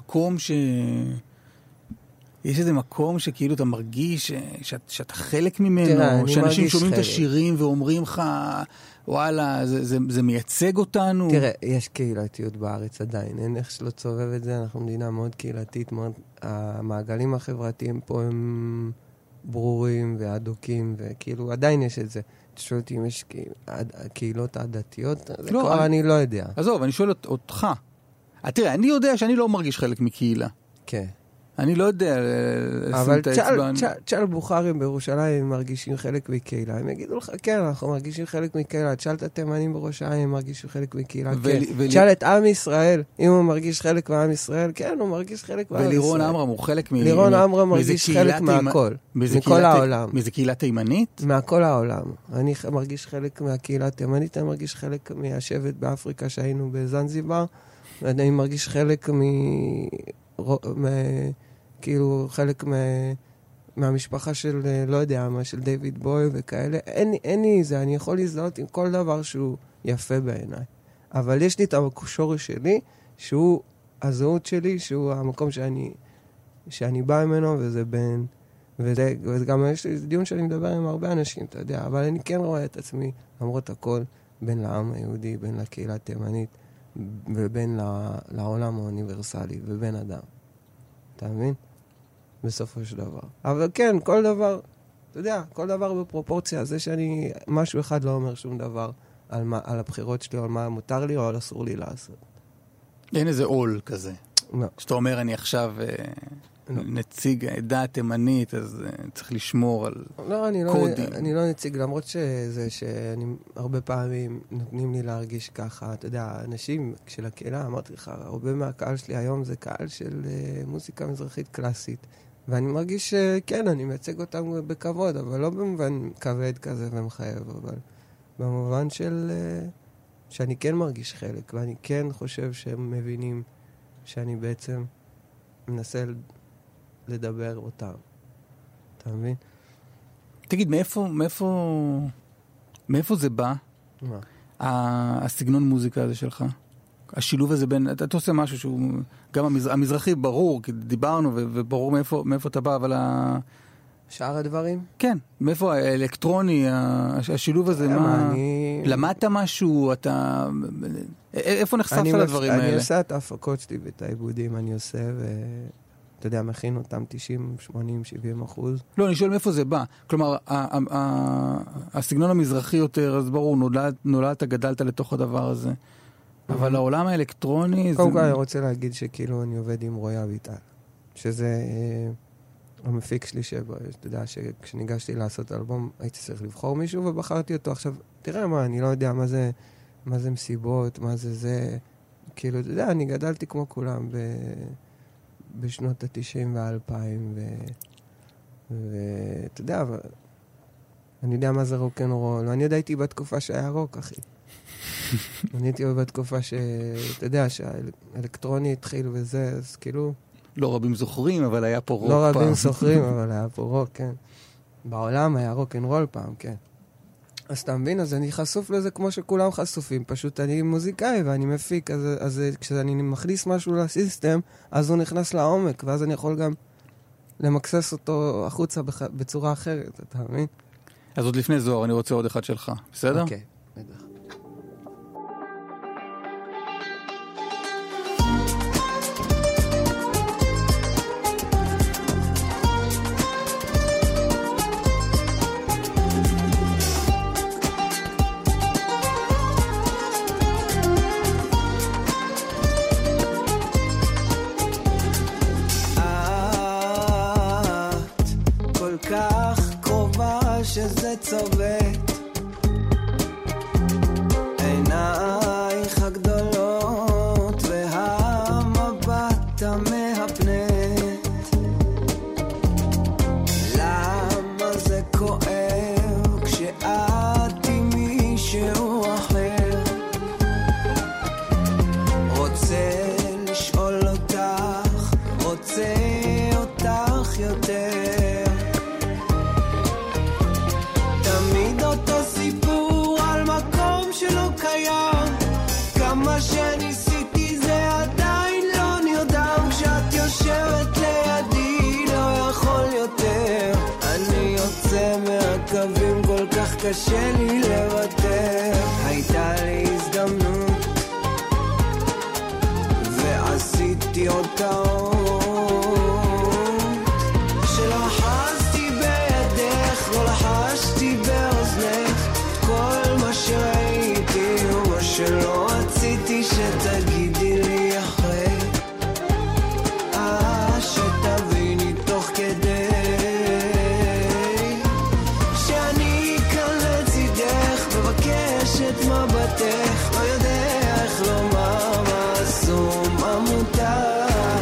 מקום שכאילו אתה מרגיש שאתה חלק ממנו, שאנשים שומעים את השירים ואומרים לך, וואלה, זה מייצג אותנו.
תראה, יש קהילתיות בארץ עדיין, אין איך שלא צובב את זה, אנחנו מדינה מאוד קהילתית, המעגלים החברתיים פה הם... ברורים ועדוקים, וכאילו עדיין יש את זה. אתה שואל אותי אם יש קהילות עדתיות? זה כבר אני לא יודע.
עזוב, אני שואל אותך. תראה, אני יודע שאני לא מרגיש חלק מקהילה.
כן.
אני לא יודע
אבל תשאל בוחרים בירושלים מרגישים חלק מקהילה. הם יגידו לך, כן, אנחנו מרגישים חלק מקהילה. תשאל את התימנים בראשיים, הם מרגישים חלק מקהילה. כן. תשאל את עם ישראל, אם הוא מרגיש חלק מעם ישראל, כן, הוא מרגיש חלק מעם ישראל.
ולירון עמרם הוא חלק
לירון עמרם מרגיש חלק מהכל. מכל העולם.
מאיזה קהילה תימנית?
מהכל העולם. אני מרגיש חלק מהקהילה התימנית, אני מרגיש חלק מהשבט באפריקה שהיינו בזנזיבר, ואני מרגיש חלק כאילו חלק מהמשפחה של, לא יודע מה, של דיוויד בוי וכאלה. אין לי זה, אני יכול להזדהות עם כל דבר שהוא יפה בעיניי. אבל יש לי את השורש שלי, שהוא הזהות שלי, שהוא המקום שאני בא ממנו, וזה בין... וגם יש לי דיון שאני מדבר עם הרבה אנשים, אתה יודע, אבל אני כן רואה את עצמי, למרות הכל, בין לעם היהודי, בין לקהילה התימנית, ובין לעולם האוניברסלי, ובין אדם. אתה מבין? בסופו של דבר. אבל כן, כל דבר, אתה יודע, כל דבר בפרופורציה. זה שאני, משהו אחד לא אומר שום דבר על הבחירות שלי, או על מה מותר לי, או על אסור לי לעשות.
אין איזה עול כזה.
לא.
שאתה אומר, אני עכשיו נציג העדה התימנית, אז צריך לשמור על קודים.
אני לא נציג, למרות שזה שאני הרבה פעמים נותנים לי להרגיש ככה. אתה יודע, אנשים של הקהילה, אמרתי לך, הרבה מהקהל שלי היום זה קהל של מוזיקה מזרחית קלאסית. ואני מרגיש שכן, אני מייצג אותם בכבוד, אבל לא במובן כבד כזה ומחייב, אבל במובן של שאני כן מרגיש חלק, ואני כן חושב שהם מבינים שאני בעצם מנסה לדבר אותם. אתה מבין?
תגיד, מאיפה זה בא?
מה?
הסגנון מוזיקה הזה שלך? השילוב הזה בין, אתה עושה משהו שהוא, גם המזרחי ברור, כי דיברנו וברור מאיפה אתה בא, אבל
שאר הדברים?
כן, מאיפה האלקטרוני, השילוב הזה, מה? למדת משהו, אתה, איפה נחשפת לדברים האלה?
אני עושה את ההפקות שלי ואת העיבודים, אני עושה אתה יודע, מכין אותם 90, 80, 70%.
לא, אני שואל מאיפה זה בא. כלומר, הסגנון המזרחי יותר, אז ברור, נולדת, גדלת לתוך הדבר הזה. אבל העולם האלקטרוני...
קודם כל, אני רוצה להגיד שכאילו אני עובד עם רועי אביטל. שזה המפיק שלי, שאתה יודע, שכשניגשתי לעשות אלבום, הייתי צריך לבחור מישהו ובחרתי אותו. עכשיו, תראה מה, אני לא יודע מה זה מסיבות, מה זה... כאילו, אתה יודע, אני גדלתי כמו כולם בשנות ה-90 וה-2000, ואתה יודע, אני יודע מה זה רוק'נ'רול, אני הייתי בתקופה שהיה רוק, אחי. אני הייתי בתקופה אתה יודע, שהאלקטרוני התחיל וזה, אז כאילו...
לא רבים זוכרים, אבל היה פה רוק
פעם.
פעם.
לא רבים זוכרים, אבל היה פה רוק, כן. בעולם היה רוק'נ'רול פעם, כן. אז אתה מבין, אז אני חשוף לזה כמו שכולם חשופים. פשוט אני מוזיקאי ואני מפיק, אז כשאני מכניס משהו לסיסטם, אז הוא נכנס לעומק, ואז אני יכול גם למקסס אותו החוצה בצורה אחרת, אתה מבין?
אז עוד לפני זוהר, אני רוצה עוד אחד שלך, בסדר?
אוקיי, בטח.
שזה צובט עינייך הגדולות והמבט המהפנט למה זה כואב כשאת עם מישהו אחר רוצה לשאול אותך רוצה אותך יותר כמה שניסיתי זה עדיין לא נרדם כשאת יושבת לידי לא יכול יותר אני יוצא מהקווים כל כך קשה לי לוותר הייתה לי הזדמנות ועשיתי אותה שלא חזתי בידך לא לחשתי באוזנך כל מה שראיתי ומה שלא רציתי שתגידי לי אחרי שתביני תוך כדי שאני כאן לצידך מבקש את מבטך לא יודע איך לומר מה אסור מה מותר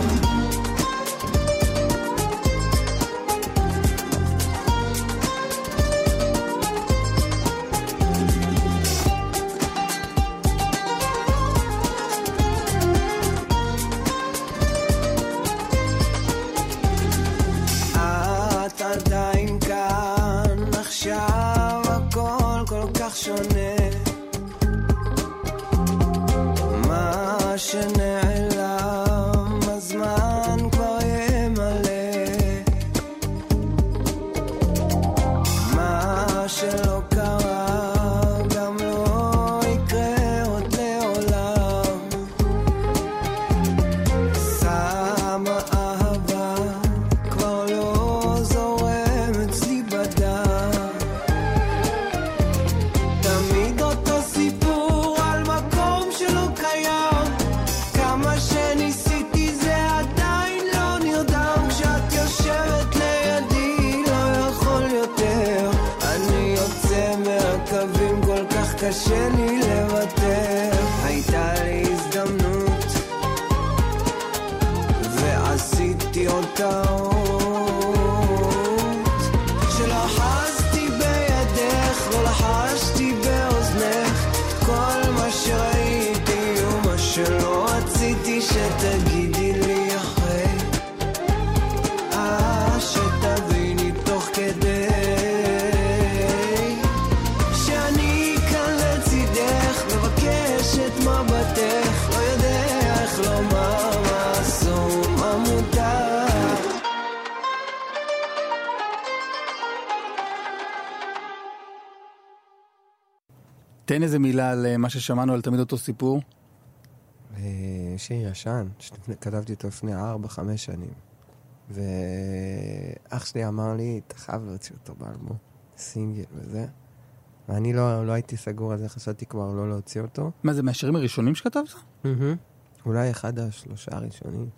שונה מה שנעלם הזמן כבר ימלא מה שלא קרה גם לא יקרה עוד לעולם שמה אהבה כבר לא זורם אצלי בדם קשה לי לוותר הייתה לי הזדמנות ועשיתי אותה שלא חזתי בידך לא לחשתי באוזנך כל מה שראיתי ומה שלא רציתי שתגידי
תן איזה מילה על מה ששמענו על תמיד אותו סיפור.
שיר ישן, כתבתי אותו לפני 4-5 שנים. ואח שלי אמר לי, אתה חייב להוציא אותו באלבום, סינגל וזה. ואני לא הייתי סגור על זה, חשבתי כבר לא להוציא אותו.
מה זה, מהשירים הראשונים שכתבת?
אולי 1-3 הראשונים.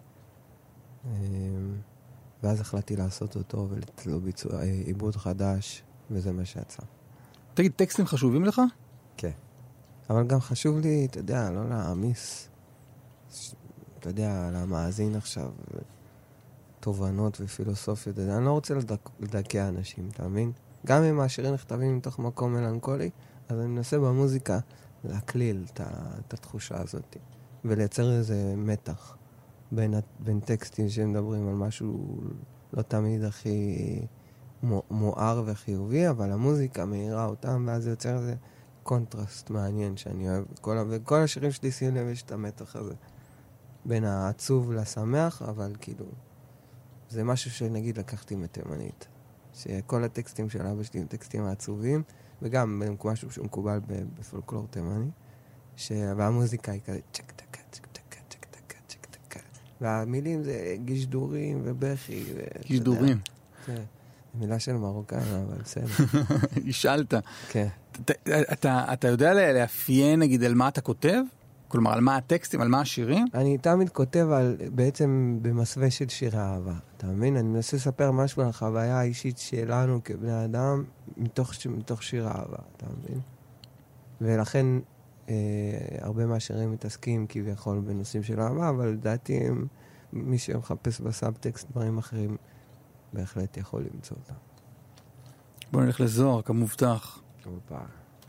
ואז החלטתי לעשות אותו ולתת לו עיבוד חדש, וזה מה שיצא.
תגיד, טקסטים חשובים לך?
כן. אבל גם חשוב לי, אתה יודע, לא להעמיס, אתה יודע, למאזין עכשיו, תובנות ופילוסופיות, אני לא רוצה לדכא אנשים, אתה מבין? גם אם השירים נכתבים מתוך מקום מלנכולי, אז אני מנסה במוזיקה להקליל את התחושה הזאת, ולייצר איזה מתח בין טקסטים שמדברים על משהו לא תמיד הכי מואר וחיובי, אבל המוזיקה מהירה אותם, ואז זה יוצר איזה קונטרסט מעניין שאני אוהב. וכל השירים שלי, שים לב, יש את המתח הזה בין העצוב לשמח, אבל כאילו זה משהו שנגיד לקחתי מתימנית, שכל הטקסטים של אבא שלי הם טקסטים העצובים, וגם משהו שמקובל בפולקלור תימני, והמוזיקה היא כזה צ'ק טקה, צ'ק טקה, צ'ק טקה, צ'ק טקה, והמילים זה גישדורים ובכי.
גישדורים.
זה מילה של מרוקאים, אבל בסדר.
השאלת.
כן.
אתה יודע לאפיין, נגיד, על מה אתה כותב? כלומר, על מה הטקסטים, על מה השירים?
אני תמיד כותב בעצם במסווה של שיר האהבה. אתה מבין? אני מנסה לספר משהו על החוויה האישית שלנו כבני אדם מתוך שיר האהבה. אתה מבין? ולכן הרבה מהשירים מתעסקים כביכול בנושאים של אהבה, אבל לדעתי מי שמחפש בסאבטקסט דברים אחרים בהחלט יכול למצוא אותם.
בוא נלך לזוהר, כמובטח.
אופה.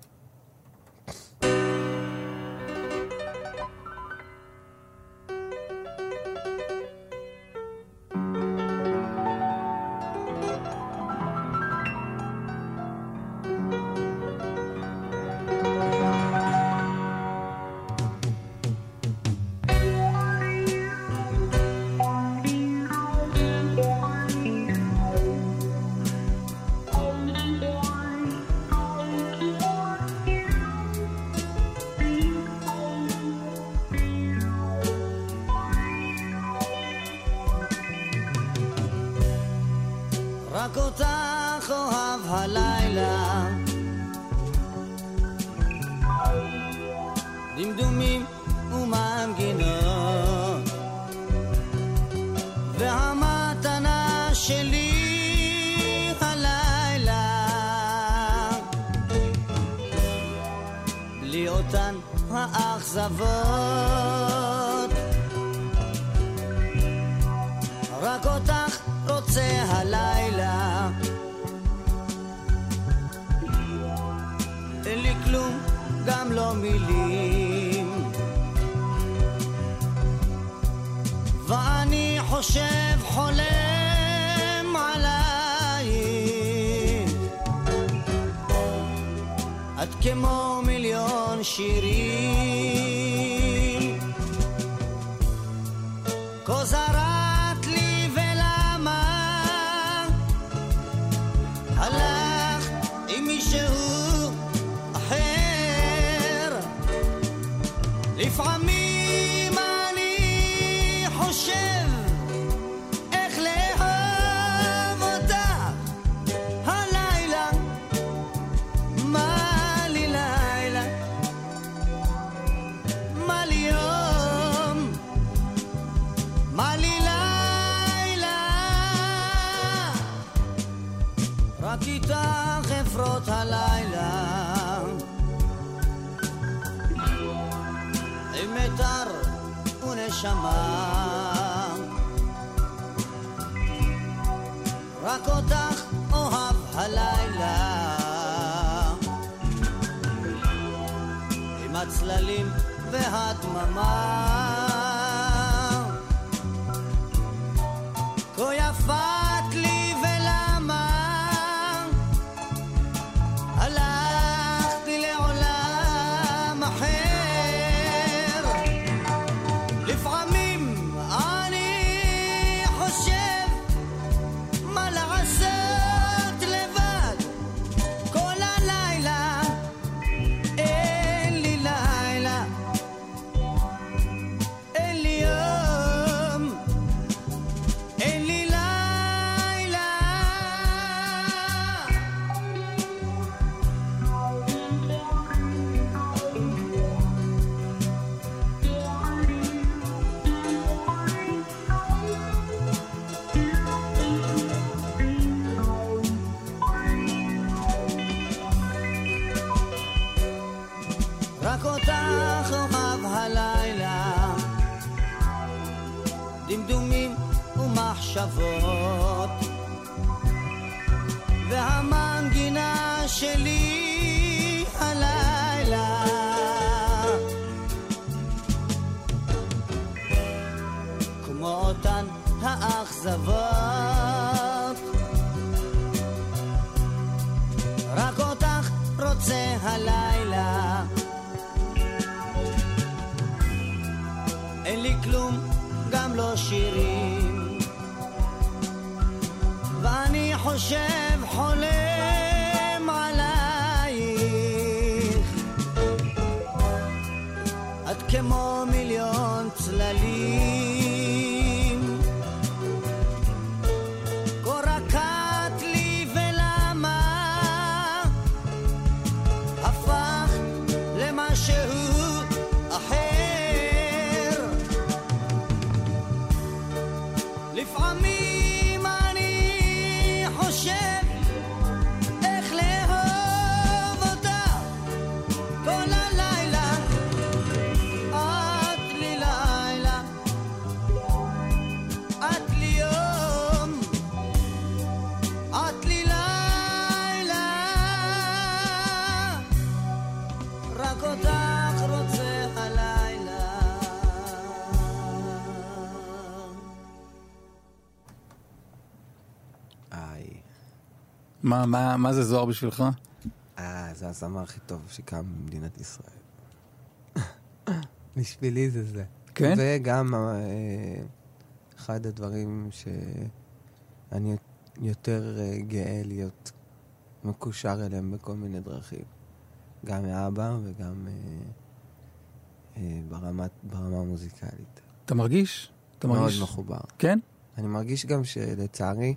רק אותך אוהב הלילה, דמדומים ומנגינות, והמתנה שלי הלילה, בלי אותן האכזבות, רק אותך רוצה הלילה, אין לי כלום, גם לא מילים, ואני חושב חולם עלייך, את כמו מיליון שירים, כה זרת לי ולמה הלך עם מישהו אחר, לפעמים אני חושב איך לאהוב אותך הלילה, מה לי לילה, מה לי יום, מה לי לילה, רק איתך אפרות הלילה, עם מיתר ונשמה, רק אותך אוהב הלילה, עם הצללים והדממה, כה יפת לי ולמה הלכתי לעולם אחר, לפעמים אני חושב מה לעשות לבד כל הלילה,
המחשבות והמנגינה שלי הלילה כמו אותן האכזבות רק אותך רוצה הלילה אין לי כלום גם לא שירים ואני חושב חולם עלייך את כמו מיליון צללים כה רקעת לי ולמה הפכת למשהו אחר לפעמים אני חושב איך לאהוב אותה כל הלילה את לי לילה את לי יום את לי לילה רק אותך רוצה הלילה
מה זה זוהר בשבילך?
זה הזמר הכי טוב שקם במדינת ישראל. בשבילי זה זה.
כן?
וגם אחד הדברים שאני יותר גאה להיות מקושר אליהם בכל מיני דרכים. גם מאבא וגם ברמה המוזיקלית.
אתה מרגיש? אתה
מאוד
מרגיש?
מחובר.
כן?
אני מרגיש גם שלצערי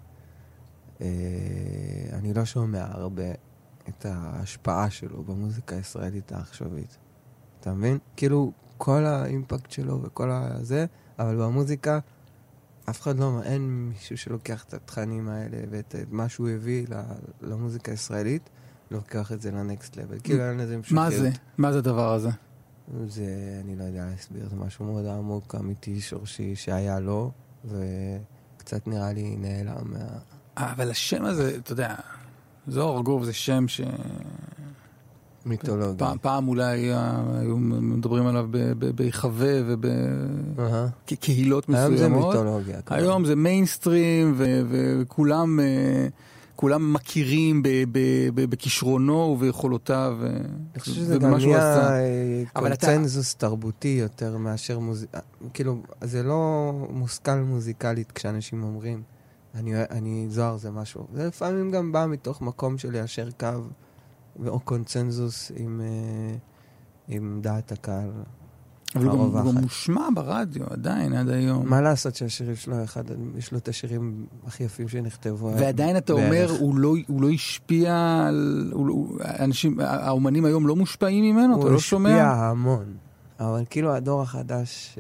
אני לא שומע הרבה את ההשפעה שלו במוזיקה הישראלית העכשווית. אתה מבין? כאילו כל האימפקט שלו וכל הזה, אבל במוזיקה אף אחד לא, אין מישהו שלוקח את התכנים האלה ואת מה שהוא הביא למוזיקה הישראלית, לוקח את זה לנקסט לבל. כאילו אין לזה משוחיות.
מה זה? מה זה הדבר הזה?
זה, אני לא יודע להסביר, זה משהו מאוד עמוק, אמיתי, שורשי, שהיה לו, וקצת נראה לי נעלם
אבל השם הזה, אתה יודע, זוהר ארגוב זה שם ש...
מיתולוגי.
פעם אולי היו מדברים עליו בהיחווה ובקהילות מסוימות.
היום זה מיתולוגיה.
היום זה מיינסטרים וכולם מכירים בכישרונו וביכולותיו.
אני חושב שזה גם נהיה קונצנזוס תרבותי יותר מאשר מוזיקה. כאילו, זה לא מושכל מוזיקלית כשאנשים אומרים. זוהר זה משהו. זה לפעמים גם בא מתוך מקום של ליישר קו או קונצנזוס עם דעת הקהל.
אבל הוא גם מושמע ברדיו, עדיין, עד היום.
מה לעשות שהשירים שלו יש לו את השירים הכי יפים שנכתבו.
ועדיין אתה אומר, הוא לא השפיע על... האומנים היום לא מושפעים ממנו? אתה לא שומע?
הוא השפיע המון. אבל כאילו הדור החדש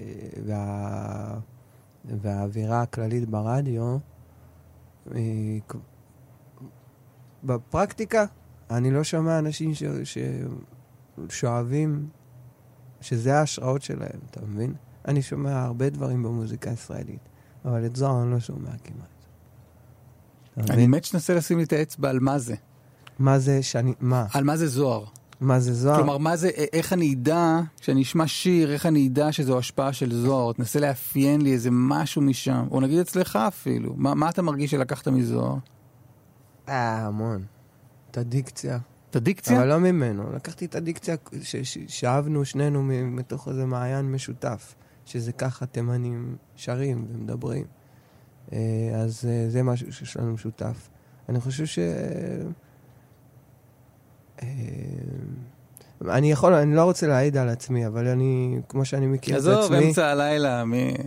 והאווירה הכללית ברדיו, בפרקטיקה, אני לא שומע אנשים שואבים, שזה ההשראות שלהם, אתה מבין? אני שומע הרבה דברים במוזיקה הישראלית, אבל את זוהר אני לא שומע כמעט.
אני מת שנסה לשים לי את האצבע על מה זה.
מה זה
על מה זה זוהר.
מה זה זוהר?
כלומר, מה זה, איך אני אדע, כשאני אשמע שיר, איך אני אדע שזו השפעה של זוהר? תנסה לאפיין לי איזה משהו משם, או נגיד אצלך אפילו. מה אתה מרגיש שלקחת מזוהר?
המון. את הדיקציה.
את הדיקציה?
אבל לא ממנו. לקחתי את הדיקציה שאהבנו שנינו מתוך איזה מעיין משותף, שזה ככה תימנים שרים ומדברים. אז זה משהו שיש לנו משותף. אני חושב אני לא רוצה להעיד על עצמי, אבל כמו שאני מכיר את עצמי...
עזוב, אמצע הלילה,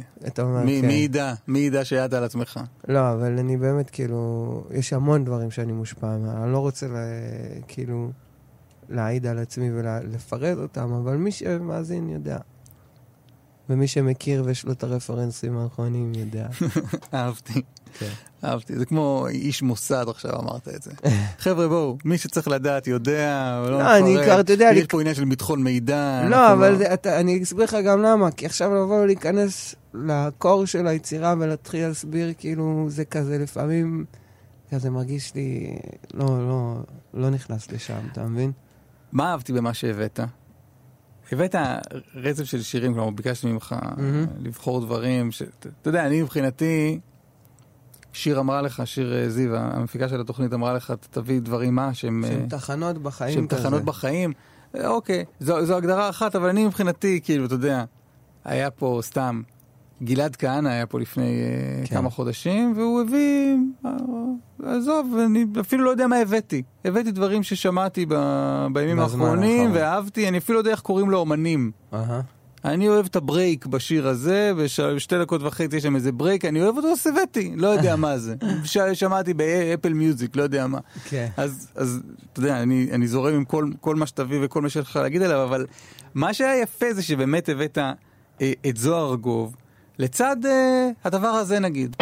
מי ידע שידע על עצמך?
לא, אבל אני באמת כאילו... יש המון דברים שאני מושפע מה. אני לא רוצה כאילו להעיד על עצמי ולפרט אותם, אבל מי שמאזין יודע. ומי שמכיר ויש לו את הרפרנסים האחרונים יודע.
אהבתי. אהבתי. זה כמו איש מוסד עכשיו אמרת את זה. חבר'ה בואו, מי שצריך לדעת יודע,
לא, אני כבר, אתה יודע...
יש פה עניין של ביטחון מידע.
לא, אבל אני אסביר לך גם למה, כי עכשיו לבוא להיכנס לקור של היצירה ולהתחיל להסביר, כאילו, זה כזה לפעמים, כזה מרגיש לי, לא נכנס לשם, אתה מבין?
מה אהבתי במה שהבאת? הבאת רצף של שירים, כלומר, ביקשתי ממך לבחור דברים, אתה יודע, אני מבחינתי, שיר אמרה לך, שיר זיווה, המפיקה של התוכנית אמרה לך, תביא דברים מה, שהם
תחנות בחיים
שהם תחנות בחיים. אוקיי, זו הגדרה אחת, אבל אני מבחינתי, כאילו, אתה יודע, היה פה סתם, גלעד כהנא היה פה לפני כמה חודשים, והוא הביא, עזוב, אני אפילו לא יודע מה הבאתי. הבאתי דברים ששמעתי בימים האחרונים, ואהבתי, אני אפילו לא יודע איך קוראים לו אומנים. אני אוהב את הברייק בשיר הזה, ב2.5 דקות יש שם איזה ברייק, אני אוהב אותו, אז הבאתי, לא יודע מה זה. שמעתי באפל מיוזיק, לא יודע מה. אז אתה יודע, אני זורם עם כל מה שתביא וכל מה שיש לך להגיד עליו, אבל מה שהיה יפה זה שבאמת הבאת את זוהר ארגוב, לצד הדבר הזה נגיד.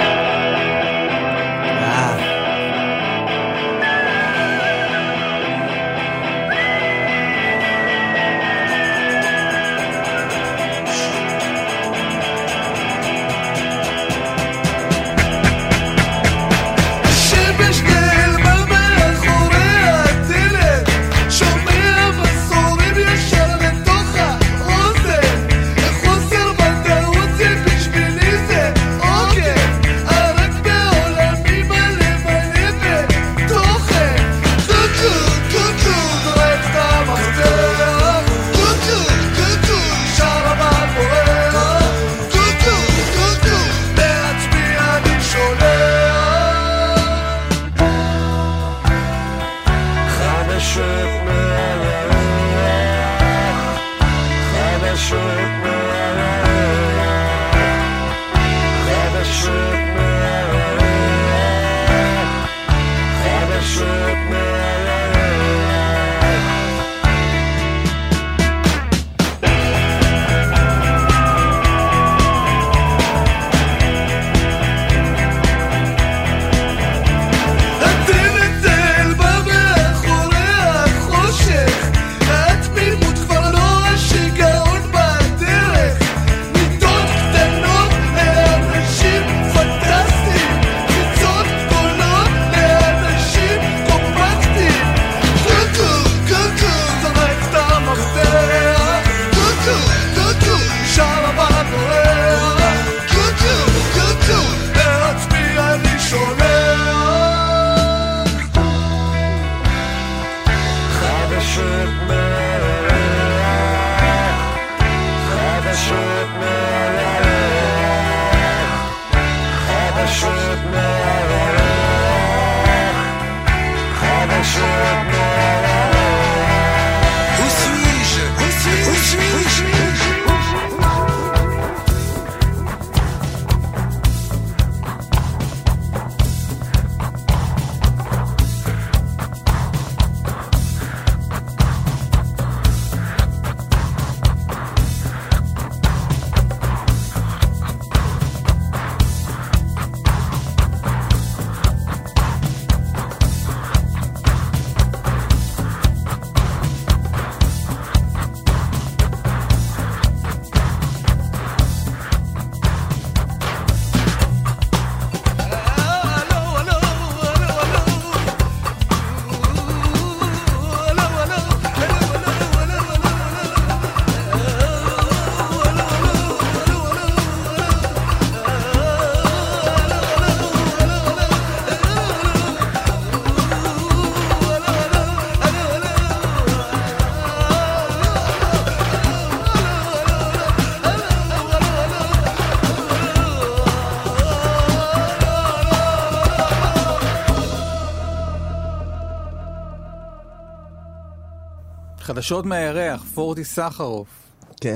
חדשות מהירח, פורטי סחרוף.
כן.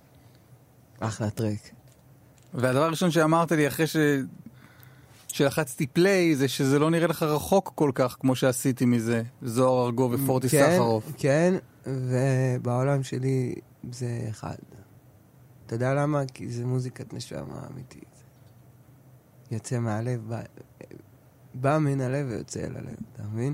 אחלה טרק.
והדבר הראשון שאמרת לי אחרי שלחצתי פליי, זה שזה לא נראה לך רחוק כל כך כמו שעשיתי מזה, זוהר ארגוב ופורטי סחרוף.
כן, ובעולם שלי זה אחד. אתה יודע למה? כי זה מוזיקת נשמה אמיתית. יוצא מהלב, בא מן הלב ויוצא אל הלב, אתה מבין?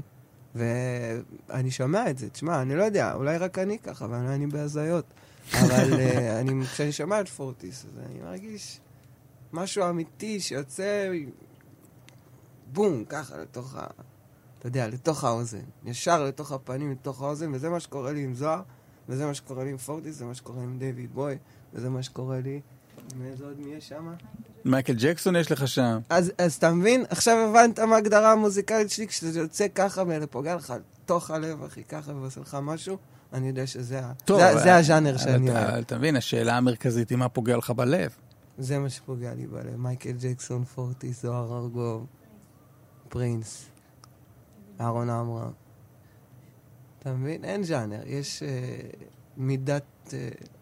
ואני שומע את זה, תשמע, אני לא יודע, אולי רק אני ככה, אבל אני בהזיות. אבל כשאני שומע את פורטיס, אז אני מרגיש משהו אמיתי שיוצא בום, ככה לתוך אתה יודע, לתוך האוזן. ישר לתוך הפנים, לתוך האוזן, וזה מה שקורה לי עם זוהר, וזה מה שקורה לי עם פורטיס, זה מה שקורה עם דיוויד בוי, וזה מה שקורה לי עם איזה עוד מי יש שם?
מייקל ג'קסון יש לך שם.
אז אתה מבין? עכשיו הבנת מה ההגדרה המוזיקלית שלי, כשזה יוצא ככה פוגע לך תוך הלב, אחי, ככה ועושה לך משהו, אני יודע שזה זה הז'אנר שאני אוהב.
אתה מבין, השאלה המרכזית היא מה פוגע לך בלב.
זה מה שפוגע לי בלב. מייקל ג'קסון, פורטיס, זוהר ארגוב, פרינס, אהרון עמרם. אתה מבין? אין ז'אנר. יש מידת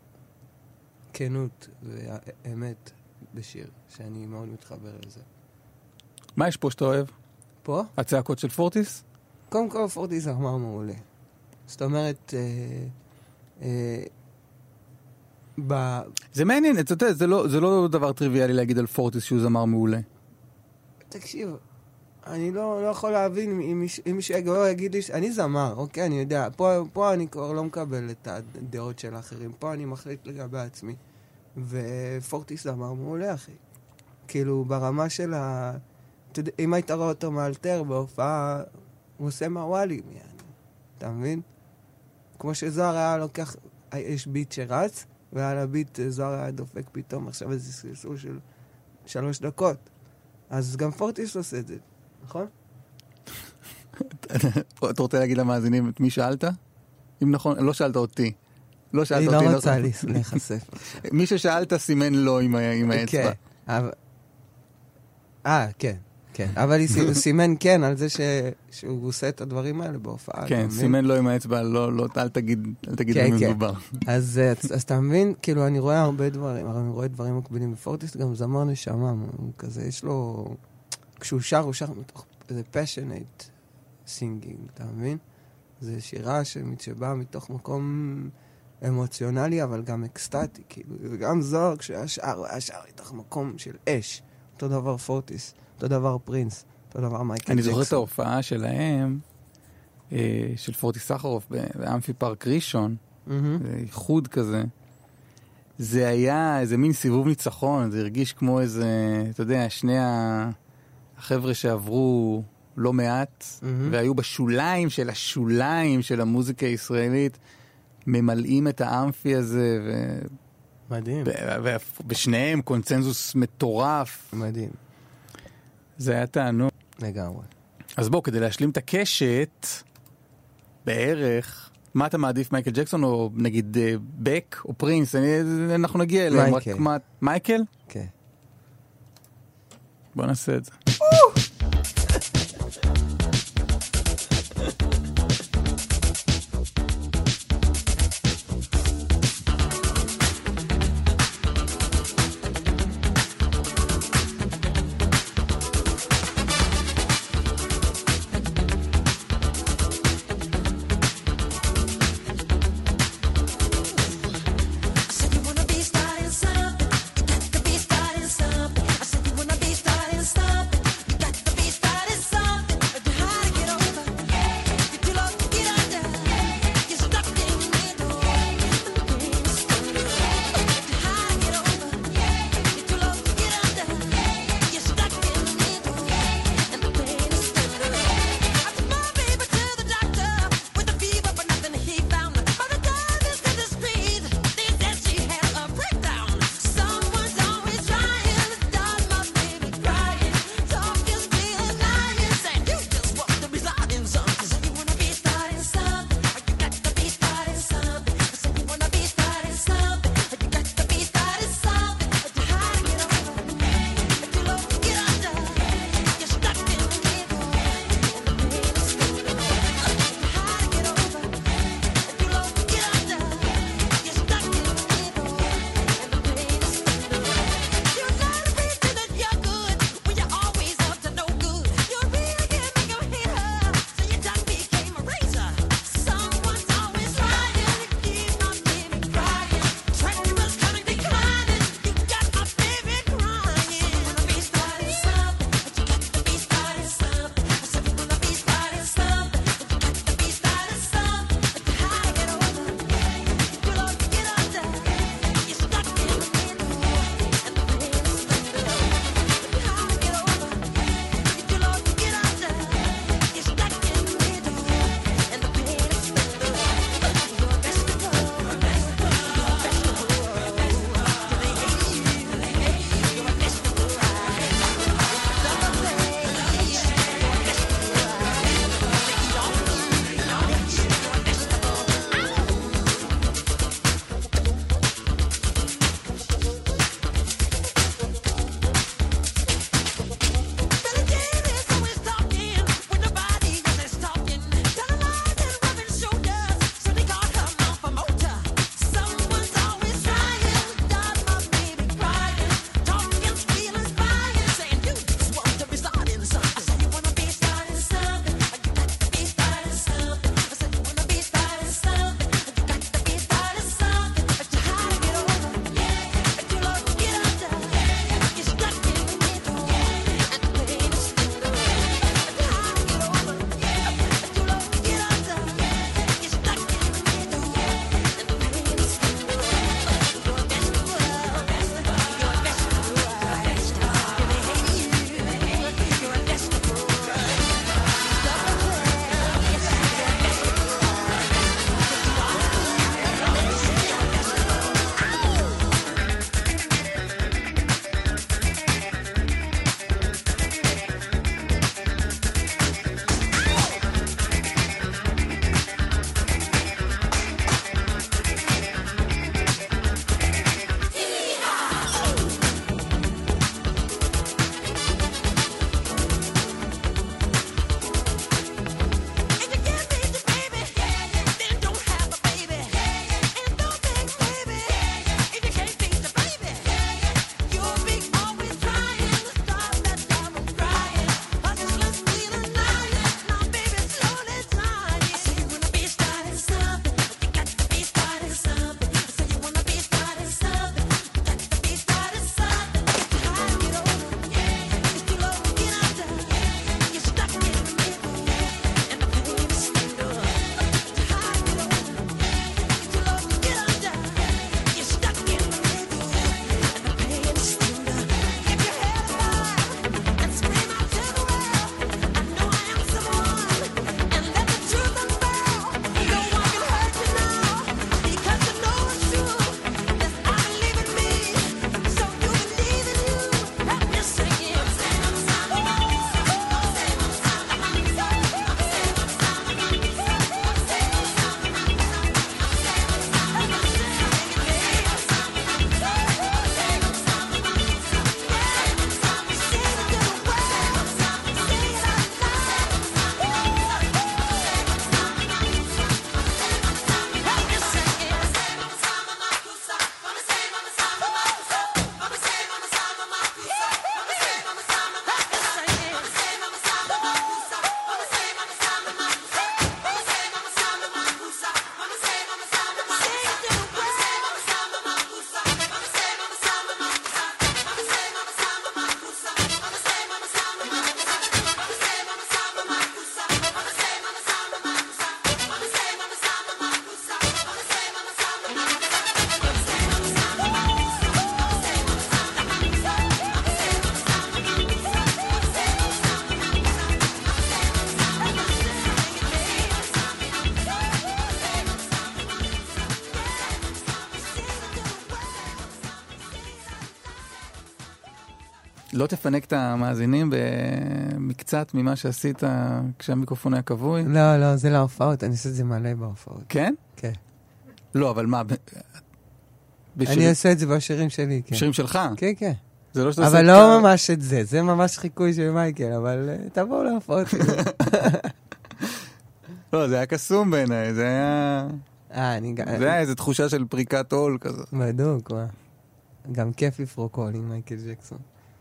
כנות ואמת בשיר, שאני מאוד מתחבר לזה.
מה יש פה שאתה אוהב?
פה?
הצעקות של פורטיס?
קודם כל, פורטיס אמר מעולה. זאת אומרת,
זה מעניין, אתה יודע, זה לא דבר טריוויאלי להגיד על פורטיס שהוא זמר מעולה.
תקשיב, אני לא יכול להבין אם מישהו יגיד לי, אני זמר, אוקיי, אני יודע, פה אני כבר לא מקבל את הדעות של האחרים, פה אני מחליט לגבי עצמי. ופורטיס זמר מעולה, אחי. כאילו, ברמה של אם היית רואה אותו מאלתר בהופעה, הוא עושה מהוואלי, אתה מבין? כמו שזוהר היה לוקח, יש ביט שרץ, ועל הביט זוהר היה דופק פתאום, עכשיו איזה סלסול של 3 דקות. אז גם פורטיס עושה את זה, נכון?
אתה רוצה להגיד למאזינים את מי שאלת? אם נכון, לא שאלת אותי.
היא לא רוצה להיחשף.
מי ששאלת סימן לא עם האצבע.
כן. כן, אבל היא סימן כן על זה שהוא עושה את הדברים האלה בהופעה.
כן, סימן לא עם האצבע, לא, אל תגיד במי מדובר.
אז אתה מבין, כאילו אני רואה הרבה דברים, אבל אני רואה דברים מקבילים בפורטיס, גם זמר נשמה, הוא כזה, יש לו, כשהוא שר, הוא שר מתוך איזה passionate singing, אתה מבין? זה שירה שבאה מתוך מקום אמוציונלי, אבל גם אקסטטי, כאילו, גם זוהר, כשהיה שר, הוא היה שר מתוך מקום של אש, אותו דבר פורטיס. אותו דבר פרינס, אותו דבר מייקל ג'קסון.
אני זוכר את ההופעה שלהם, של פורטיס סחרוף, באמפי פארק ראשון, איחוד כזה. זה היה איזה מין סיבוב ניצחון, זה הרגיש כמו איזה, אתה יודע, שני החבר'ה שעברו לא מעט, והיו בשוליים של השוליים של המוזיקה הישראלית, ממלאים את האמפי הזה,
מדהים.
ובשניהם קונצנזוס מטורף.
מדהים.
זה היה טענו.
לגמרי.
אז בוא, כדי להשלים את הקשת, בערך, מה אתה מעדיף, מייקל ג'קסון או נגיד בק או פרינס? אנחנו נגיע אליהם.
מייקל.
מייקל?
כן.
בוא נעשה את זה.
Got
לא תפנק את המאזינים במקצת ממה שעשית כשהמיקרופון היה כבוי?
לא, זה להופעות, אני עושה את זה מלא בהופעות.
כן?
כן.
לא, אבל מה?
אני עושה את זה בשירים שלי, כן.
בשירים שלך?
כן, כן.
זה לא שאתה
אבל לא ממש את זה, זה ממש חיקוי של מייקל, אבל תבואו להופעות.
לא, זה היה קסום בעיניי, זה היה... זה היה איזו תחושה של פריקת עול כזה.
בדוק, מה? גם כיף לפרוק עול עם מייקל ג'קסון.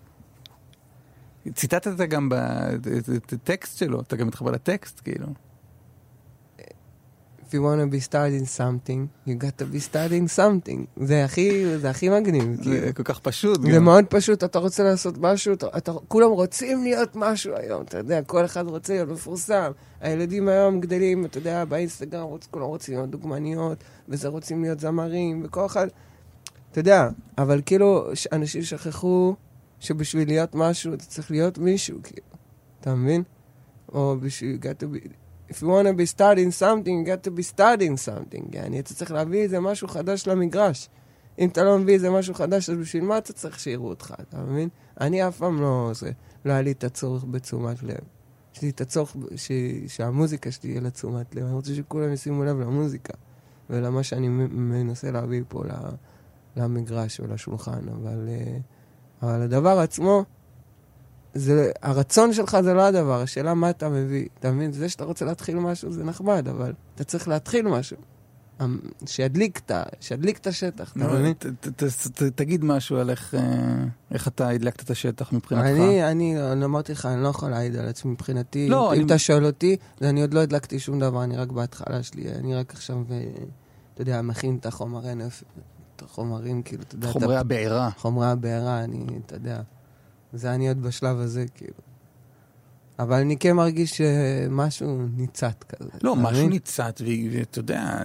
ציטטת גם בטקסט שלו, אתה גם מתחבר לטקסט, כאילו.
If you want to be starting something, you got to be starting something. זה הכי מגניב.
זה כל כך פשוט.
זה מאוד פשוט, אתה רוצה לעשות משהו, כולם רוצים להיות משהו היום, אתה יודע, כל אחד רוצה להיות מפורסם. הילדים היום גדלים, אתה יודע, באינסטגרם, כולם רוצים להיות דוגמניות, וזה רוצים להיות זמרים, וכל אחד, אתה יודע, אבל כאילו, אנשים שכחו שבשביל להיות משהו, אתה צריך להיות מישהו, כאילו. אתה מבין? או בשביל, if you want to be starting something, you got to be starting something. يعني, אתה צריך להביא איזה משהו חדש למגרש. אם אתה לא מביא איזה משהו חדש, אז בשביל מה אתה צריך שיראו אותך, אתה מבין? אני אף פעם לא היה לי את הצורך בתשומת לב. יש לי את הצורך שהמוזיקה שלי יהיה לתשומת לב. אני רוצה שכולם ישימו לב למוזיקה, ולמה שאני מנסה להביא פה למגרש או לשולחן. אבל הדבר עצמו, הרצון שלך זה לא הדבר, השאלה מה אתה מביא. אתה מבין? זה שאתה רוצה להתחיל משהו זה נחמד, אבל אתה צריך להתחיל משהו. שידליק את השטח, אתה מבין?
תגיד משהו על איך אתה הדלקת את השטח מבחינתך.
אני אמרתי לך, אני לא יכול להעיד על עצמי מבחינתי. אם אתה שואל אותי, אני עוד לא הדלקתי שום דבר, אני רק בהתחלה שלי, אני רק עכשיו, אתה יודע, מכין את החומרים, כאילו, אתה יודע.
חומרי הבעירה.
חומרי הבעירה, אתה יודע. זה אני עוד בשלב הזה, כאילו. אבל אני כן מרגיש שמשהו ניצת כזה.
לא, משהו ניצת, ואתה יודע,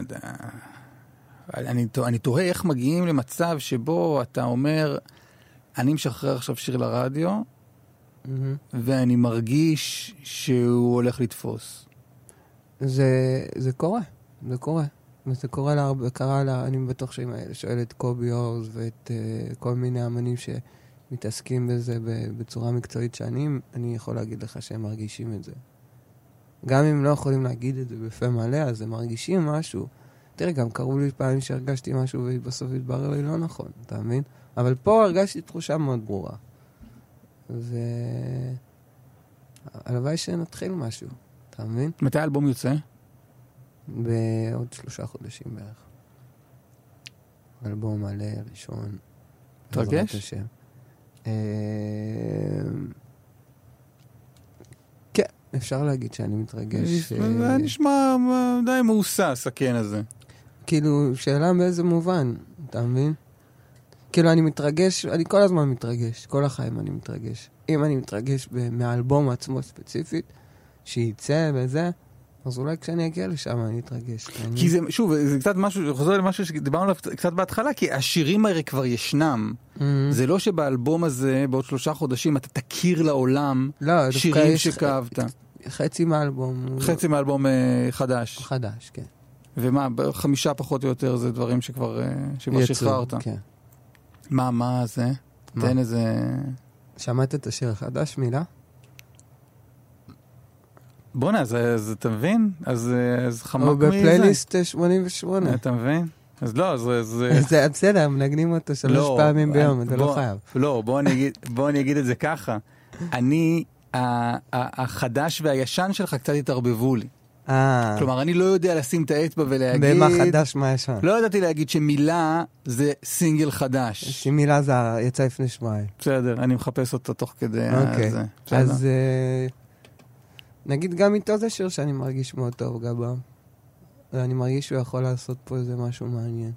אני תוהה איך מגיעים למצב שבו אתה אומר, אני משחרר עכשיו שיר לרדיו, ואני מרגיש שהוא הולך לתפוס.
זה קורה. וזה קורה להרבה, אני בטוח שעם האלה, שואל את קובי אורז ואת כל מיני אמנים מתעסקים בזה בצורה מקצועית שאני יכול להגיד לך שהם מרגישים את זה. גם אם לא יכולים להגיד את זה בפה מלא, אז הם מרגישים משהו. תראה, גם קראו לי פעמים שהרגשתי משהו ובסוף התברר לי לא נכון, אתה מבין? אבל פה הרגשתי תחושה מאוד ברורה. הלוואי שנתחיל משהו, אתה מבין?
מתי האלבום יוצא?
בעוד 3 חודשים בערך. אלבום מלא, ראשון.
תרגש?
כן, אפשר להגיד שאני מתרגש.
זה נשמע די מאוסס, הכן הזה.
כאילו, שאלה באיזה מובן, אתה מבין? כאילו, אני מתרגש, אני כל הזמן מתרגש, כל החיים אני מתרגש. אם אני מתרגש מהאלבום עצמו ספציפית, שייצא וזה, אז אולי כשאני אגיע לשם אני אתרגש.
כי זה, שוב, זה קצת משהו, חוזר למשהו שדיברנו עליו קצת בהתחלה, כי השירים הרי כבר ישנם. זה לא שבאלבום הזה, בעוד 3 חודשים, אתה תכיר לעולם שירים שכאבת.
חצי מהאלבום.
חצי מהאלבום חדש.
חדש, כן.
ומה, 5 פחות או יותר זה דברים שכבר שחררת. כן. מה זה? תן איזה...
שמעת את השיר החדש, מילה?
בונה, אז אתה מבין? אז חמק מי זה.
או בפלייליסט 88.
אתה מבין? אז לא,
זה בסדר, מנגנים אותו 3 פעמים ביום, אתה לא חייב.
לא, בוא אני אגיד את זה ככה. החדש והישן שלך קצת התערבבו לי. כלומר, אני לא יודע לשים את האצבע ולהגיד...
במה חדש, מה ישן?
לא ידעתי להגיד שמילה זה סינגל חדש.
שמילה זה יצא לפני שבועיים.
בסדר, אני מחפש אותו תוך כדי זה.
אז נגיד גם איתו זה שיר שאני מרגיש מאוד טוב גבה. ואני מרגיש שהוא יכול לעשות פה איזה משהו מעניין.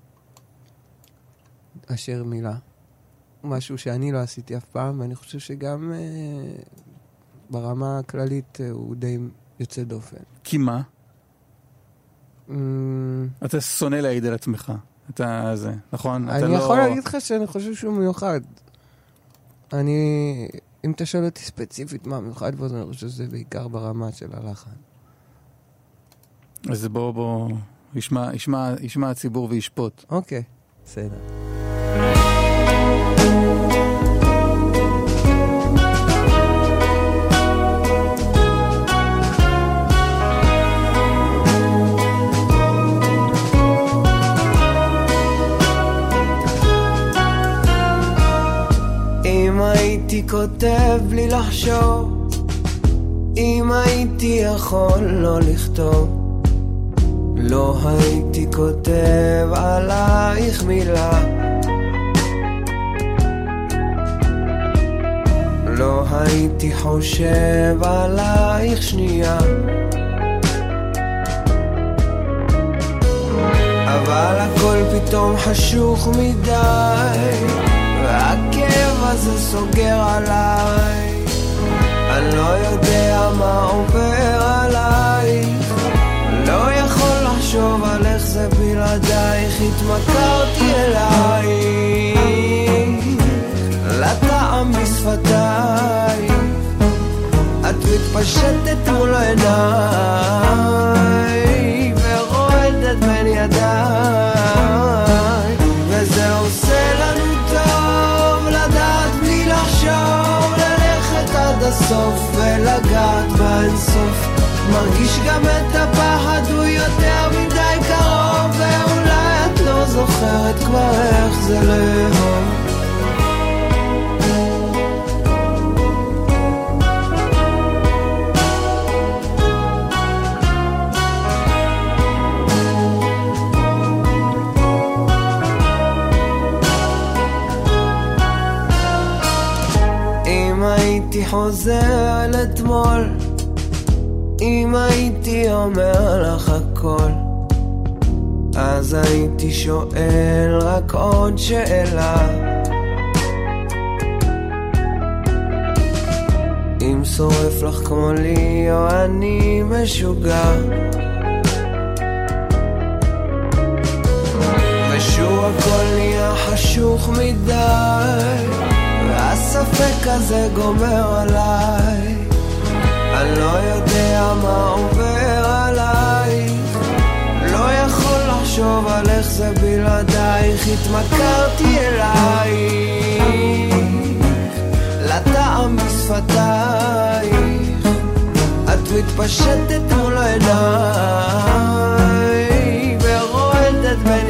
השיר מילה. משהו שאני לא עשיתי אף פעם, ואני חושב שגם ברמה הכללית הוא די יוצא דופן.
כי מה? אתה שונא להעיד על עצמך. אתה זה, נכון?
אני יכול להגיד לך שאני חושב שהוא מיוחד. אם אתה שואל אותי ספציפית מה מיוחד בו, אני חושב שזה בעיקר ברמה של הלחן.
אז בוא, ישמע הציבור וישפוט.
אוקיי, בסדר.
אם הייתי כותב בלי לחשוב, אם הייתי יכול לא לכתוב, לא הייתי כותב עלייך מילה, לא הייתי חושב עלייך שנייה, אבל הכל פתאום חשוך מדי, והכאב הזה סוגר עליי, אני לא יודע מה עובר עלייך, לא יכול לחשוב על איך זה בלעדייך, התמכרתי אלייך, לטעם בשפתייך, את מתפשטת מול העיניי, ורועדת בין ידיי, וזה עושה לנו טוב לדעת בלי לחשוב, ללכת עד הסוף ולגעת באינסוף, מרגיש גם את הפחד, הוא יותר מדי קרוב, ואולי את לא זוכרת כבר איך זה לאהוב. אם הייתי חוזר על אתמול, אם הייתי אומר לך הכל, אז הייתי שואל רק עוד שאלה, אם שורף לך כמו לי או אני משוגע, ושוב הכל נהיה חשוך מדי, והספק הזה גומר עליי, אני לא יודע מה עובר עלייך, לא יכול לחשוב על איך זה בלעדייך, התמכרתי אלייך, לטעם בשפתייך, את מתפשטת מול העיניי, ורועדת בין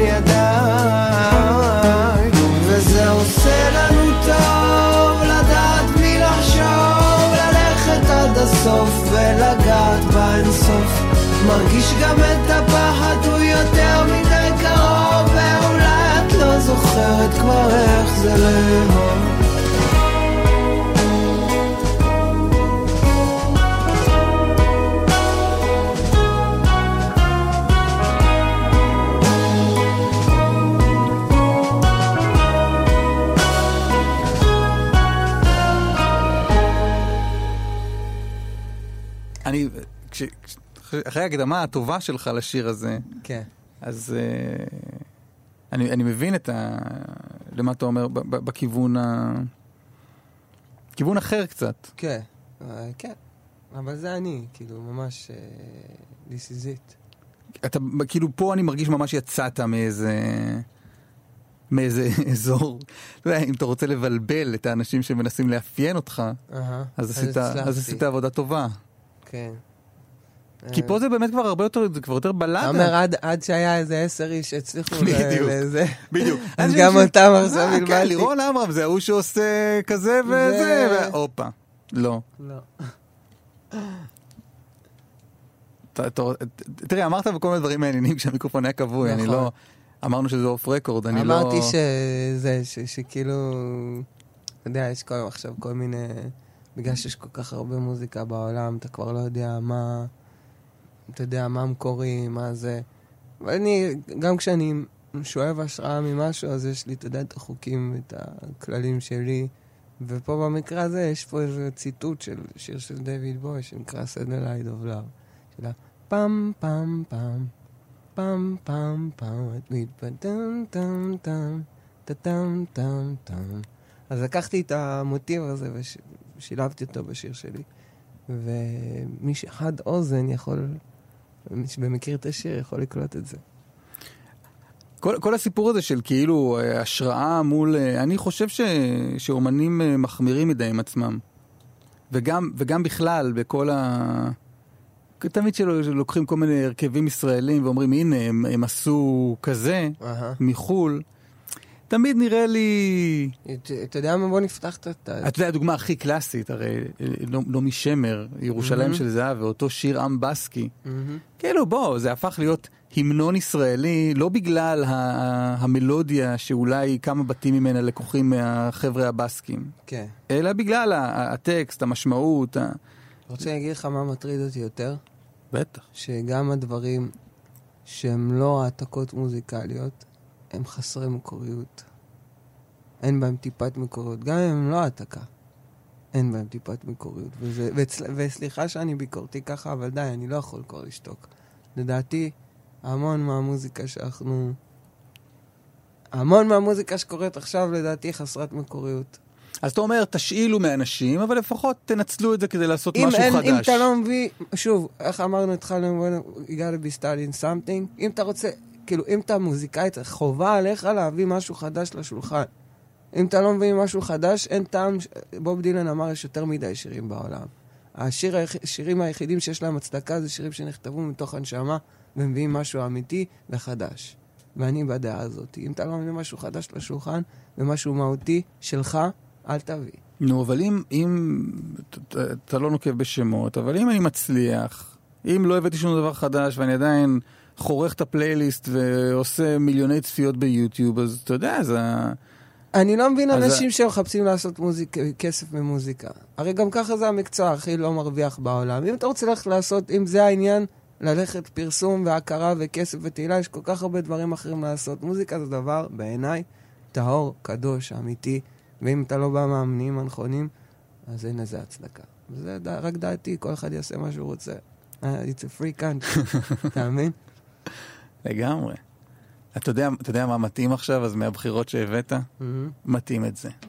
ידיי, וזה עושה לנו טוב לדעת בלי לחשוב, ללכת עד הסוף ולגעת באינסוף, מרגיש גם את הפחד, הוא יותר מדי קרוב, ואולי את לא זוכרת כבר איך זה לאהוב.
אני, אחרי ההקדמה הטובה שלך לשיר הזה,
כן.
אז אני מבין למה אתה אומר, בכיוון כיוון אחר קצת.
כן, כן. אבל זה אני, כאילו, ממש, this is it.
אתה, כאילו, פה אני מרגיש ממש יצאת מאיזה אזור. אתה יודע, אם אתה רוצה לבלבל את האנשים שמנסים לאפיין אותך, אז עשית עבודה טובה.
כן.
כי פה זה באמת כבר הרבה יותר, זה כבר יותר בלדה.
אמר עד שהיה איזה 10 איש שהצליחו לזה.
בדיוק.
אז גם אותם עכשיו
כן,
בלבלתי.
לירון אמרם, זה הוא שעושה כזה וזה, הופה. לא.
לא.
תראה, אמרת בכל מיני דברים מעניינים כשהמיקרופון היה קבוי, אני לא... אמרנו שזה אוף רקורד, אני לא...
אמרתי שזה, שכאילו... אתה יודע, יש עכשיו כל מיני... בגלל שיש כל כך הרבה מוזיקה בעולם, אתה כבר לא יודע מה... אתה יודע, מה המקורי, מה זה... אבל אני, גם כשאני שואב השראה ממשהו, אז יש לי, אתה יודע, את החוקים, את הכללים שלי. ופה במקרה הזה יש פה איזה ציטוט של שיר של דיוויד בוי, שנקרא Satellite of Love. שלה, פם פם פם, פם פם פם, את מתפתם טם טם, טם טם טם. אז לקחתי את המוטיב הזה ושילבתי אותו בשיר שלי. ומי שאחד אוזן יכול, מי שבמכיר את השיר יכול לקלוט את זה.
כל הסיפור הזה של כאילו השראה מול, אני חושב שאומנים מחמירים מדי עם עצמם. וגם בכלל, בכל תמיד שלוקחים כל מיני הרכבים ישראלים ואומרים, הנה, הם עשו כזה מחול. תמיד נראה לי...
אתה יודע מה? בוא נפתח את...
אתה יודע, הדוגמה הכי קלאסית, הרי לא משמר, ירושלים של זהב, ואותו שיר עם בסקי. כאילו בוא, זה הפך להיות המנון ישראלי, לא בגלל המלודיה שאולי כמה בתים ממנה לקוחים מהחבר'ה הבסקים.
כן.
אלא בגלל הטקסט, המשמעות.
רוצה להגיד לך מה מטריד אותי יותר?
בטח.
שגם הדברים שהם לא העתקות מוזיקליות, הם חסרי מקוריות. אין בהם טיפת מקוריות. גם אם הם לא העתקה, אין בהם טיפת מקוריות. וסליחה שאני ביקורתי ככה, אבל די, אני לא יכול כבר לשתוק. לדעתי, המון מהמוזיקה שקורית עכשיו, לדעתי, חסרת מקוריות.
אז אתה אומר, תשאילו מאנשים, אבל לפחות תנצלו את זה כדי לעשות משהו חדש.
אם אתה לא מביא, שוב, איך אמרנו, התחלנו, you gotta be studying something, אם אתה רוצה, כאילו, אם אתה מוזיקאית, חובה עליך להביא משהו חדש לשולחן. אם אתה לא מביא משהו חדש, אין טעם, בוב דילן אמר, יש יותר מדי שירים בעולם. השירים היחידים שיש להם הצדקה, זה שירים שנכתבו מתוך הנשמה, ומביאים משהו אמיתי וחדש. ואני בדעה הזאת. אם אתה לא מביא משהו חדש לשולחן, ומשהו מהותי שלך, אל תביא.
נו, אבל אם אתה לא נוקב בשמות, אבל אם אני מצליח, אם לא הבאתי שום דבר חדש, ואני עדיין חורך את הפלייליסט ועושה מיליוני צפיות ביוטיוב, אז אתה יודע, אז...
אני לא מבין אנשים שמחפשים לעשות כסף ממוזיקה. הרי גם ככה זה המקצוע הכי לא מרוויח בעולם. אם אתה רוצה לעשות, אם זה העניין, ללכת פרסום והכרה וכסף ותהילה, יש כל כך הרבה דברים אחרים לעשות. מוזיקה זה דבר, בעיניי, טהור, קדוש, אמיתי, ואם אתה לא בא מהמניעים הנכונים, אז אין לזה הצדקה. וזה רק דעתי, כל אחד יעשה מה שהוא רוצה. It's a free country. תאמין?
לגמרי. אתה יודע מה מתאים עכשיו, אז מהבחירות שהבאת? מתאים את זה.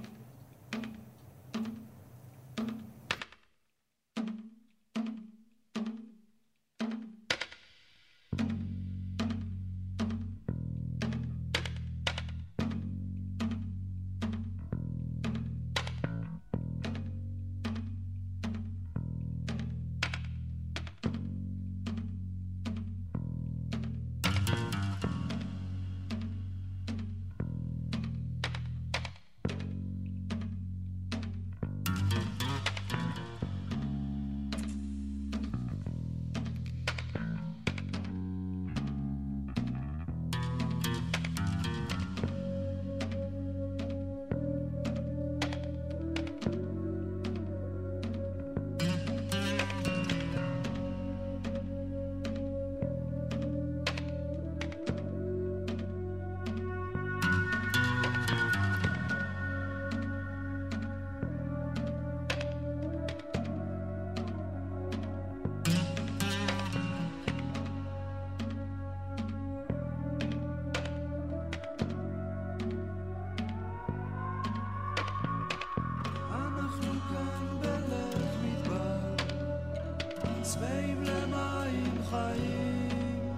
צבעים למים חיים,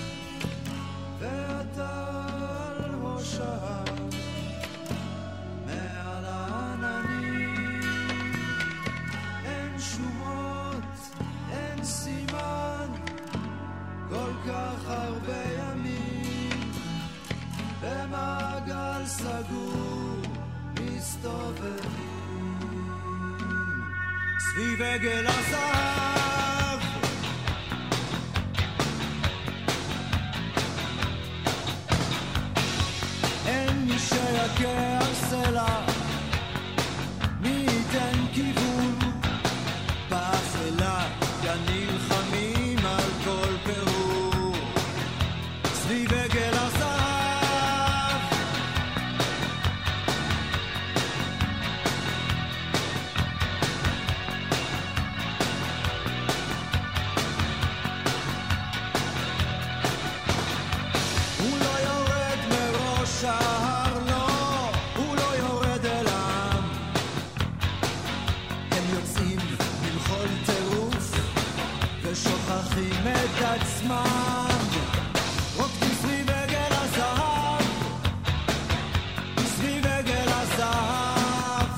ואתה על ראש ההר, מעל העננים, אין שומות, אין סימן, כל כך הרבה ימים, במעגל סגור מסתובבים, סביב עגל הזהב. סלע, מי ייתן כיוון באפלה, כאן נלחמים על כל פירור סביב עגל הזהב. הוא לא יורד מראש ההר, שוכחים את עצמם, רוקדים סביב עגל הזהב, סביב עגל הזהב.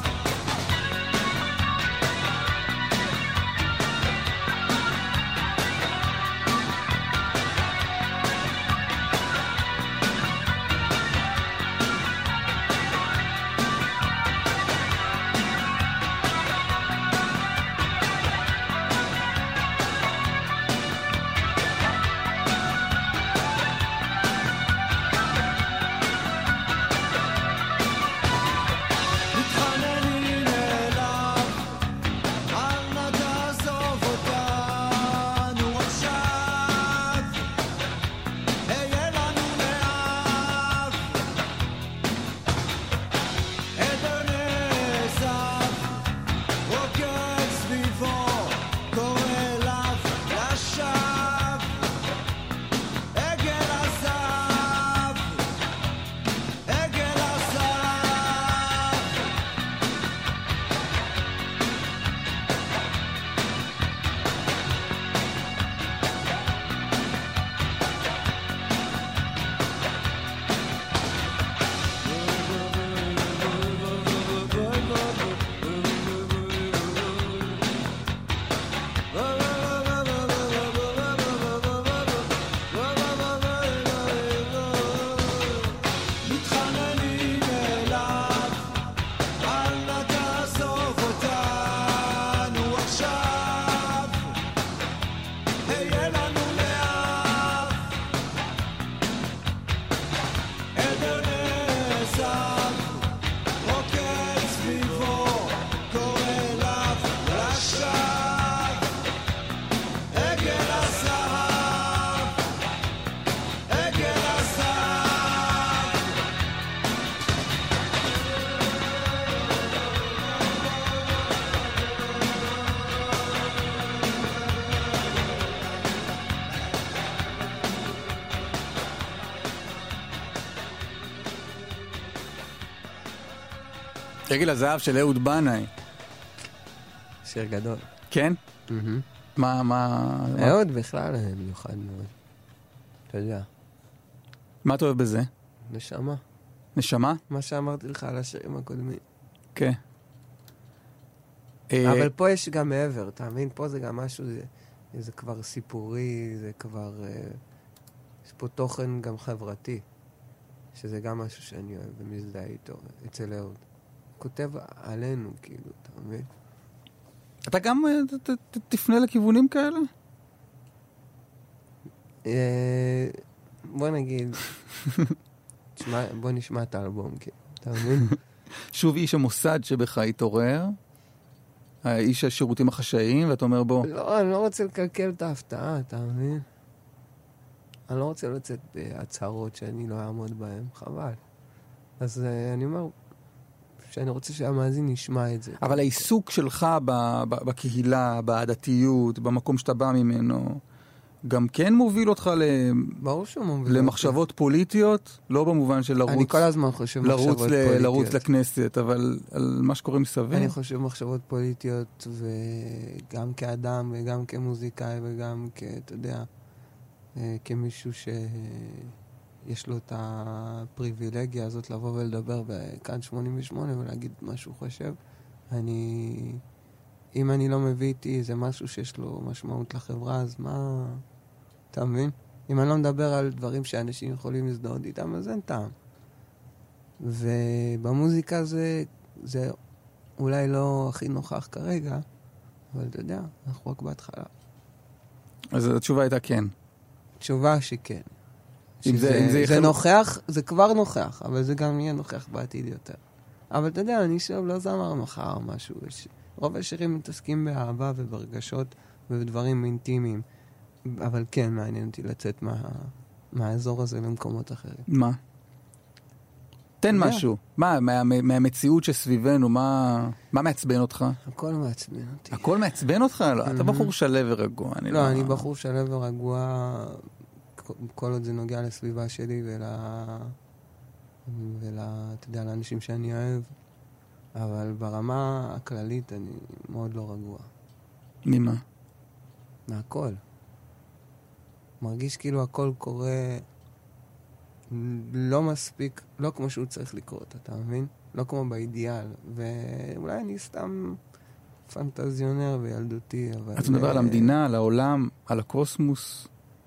רגל הזהב של אהוד בנאי.
שיר גדול.
כן? מה...
אהוד בכלל מיוחד מאוד. אתה יודע.
מה אתה אוהב בזה?
נשמה.
נשמה?
מה שאמרתי לך על השירים הקודמים.
כן.
אבל פה יש גם מעבר, אתה מבין? פה זה גם משהו, זה כבר סיפורי, זה כבר... יש פה תוכן גם חברתי, שזה גם משהו שאני אוהב ומזדהה איתו, אצל אהוד. כותב עלינו, כאילו, אתה מבין?
אתה גם תפנה לכיוונים כאלה?
בוא נגיד, בוא נשמע את האלבום, כאילו, אתה מבין?
שוב איש המוסד שבך התעורר, איש השירותים החשאיים, ואתה אומר בו...
לא, אני לא רוצה לקלקל את ההפתעה, אתה מבין? אני לא רוצה לצאת בהצהרות שאני לא אעמוד בהן, חבל. אז אני אומר שאני רוצה שהמאזין ישמע את זה.
אבל העיסוק שלך בקהילה, בדתיות, במקום שאתה בא ממנו, גם כן מוביל אותך
ברור שהוא מוביל
למחשבות פוליטיות, לא במובן של לרוץ...
אני כל הזמן חושב מחשבות פוליטיות.
לרוץ לכנסת, אבל על מה שקורה מסביב.
אני חושב מחשבות פוליטיות, וגם כאדם, וגם כמוזיקאי, וגם אתה יודע, כמישהו שיש לו את הפריבילגיה הזאת לבוא ולדבר בכאן 88 ולהגיד מה שהוא חושב. אם אני לא מביא איתי איזה משהו שיש לו משמעות לחברה, אז מה... אתה מבין? אם אני לא מדבר על דברים שאנשים יכולים להזדהות איתם, אז אין טעם. ובמוזיקה זה אולי לא הכי נוכח כרגע, אבל אתה יודע, אנחנו רק בהתחלה.
אז התשובה הייתה כן.
תשובה שכן.
זה
נוכח, זה כבר נוכח, אבל זה גם יהיה נוכח בעתיד יותר. אבל אתה יודע, אני שוב לא זמר מחר משהו. רוב השירים מתעסקים באהבה וברגשות ובדברים אינטימיים. אבל כן, מעניין אותי לצאת מהאזור הזה למקומות אחרים.
מה? תן משהו. מה, מהמציאות שסביבנו, מה מעצבן אותך?
הכל מעצבן אותי.
הכל מעצבן אותך? לא, אתה בחור שלב ורגוע.
לא, אני בחור שלב ורגוע, כל עוד זה נוגע לסביבה שלי אתה יודע, לאנשים שאני אוהב. אבל ברמה הכללית אני מאוד לא רגוע.
ממה?
מהכל. מרגיש כאילו הכל קורה לא מספיק, לא כמו שהוא צריך לקרות, אתה מבין? לא כמו באידיאל. ואולי אני סתם פנטזיונר וילדותי, אבל...
אתה מדבר על המדינה, על העולם, על הקוסמוס?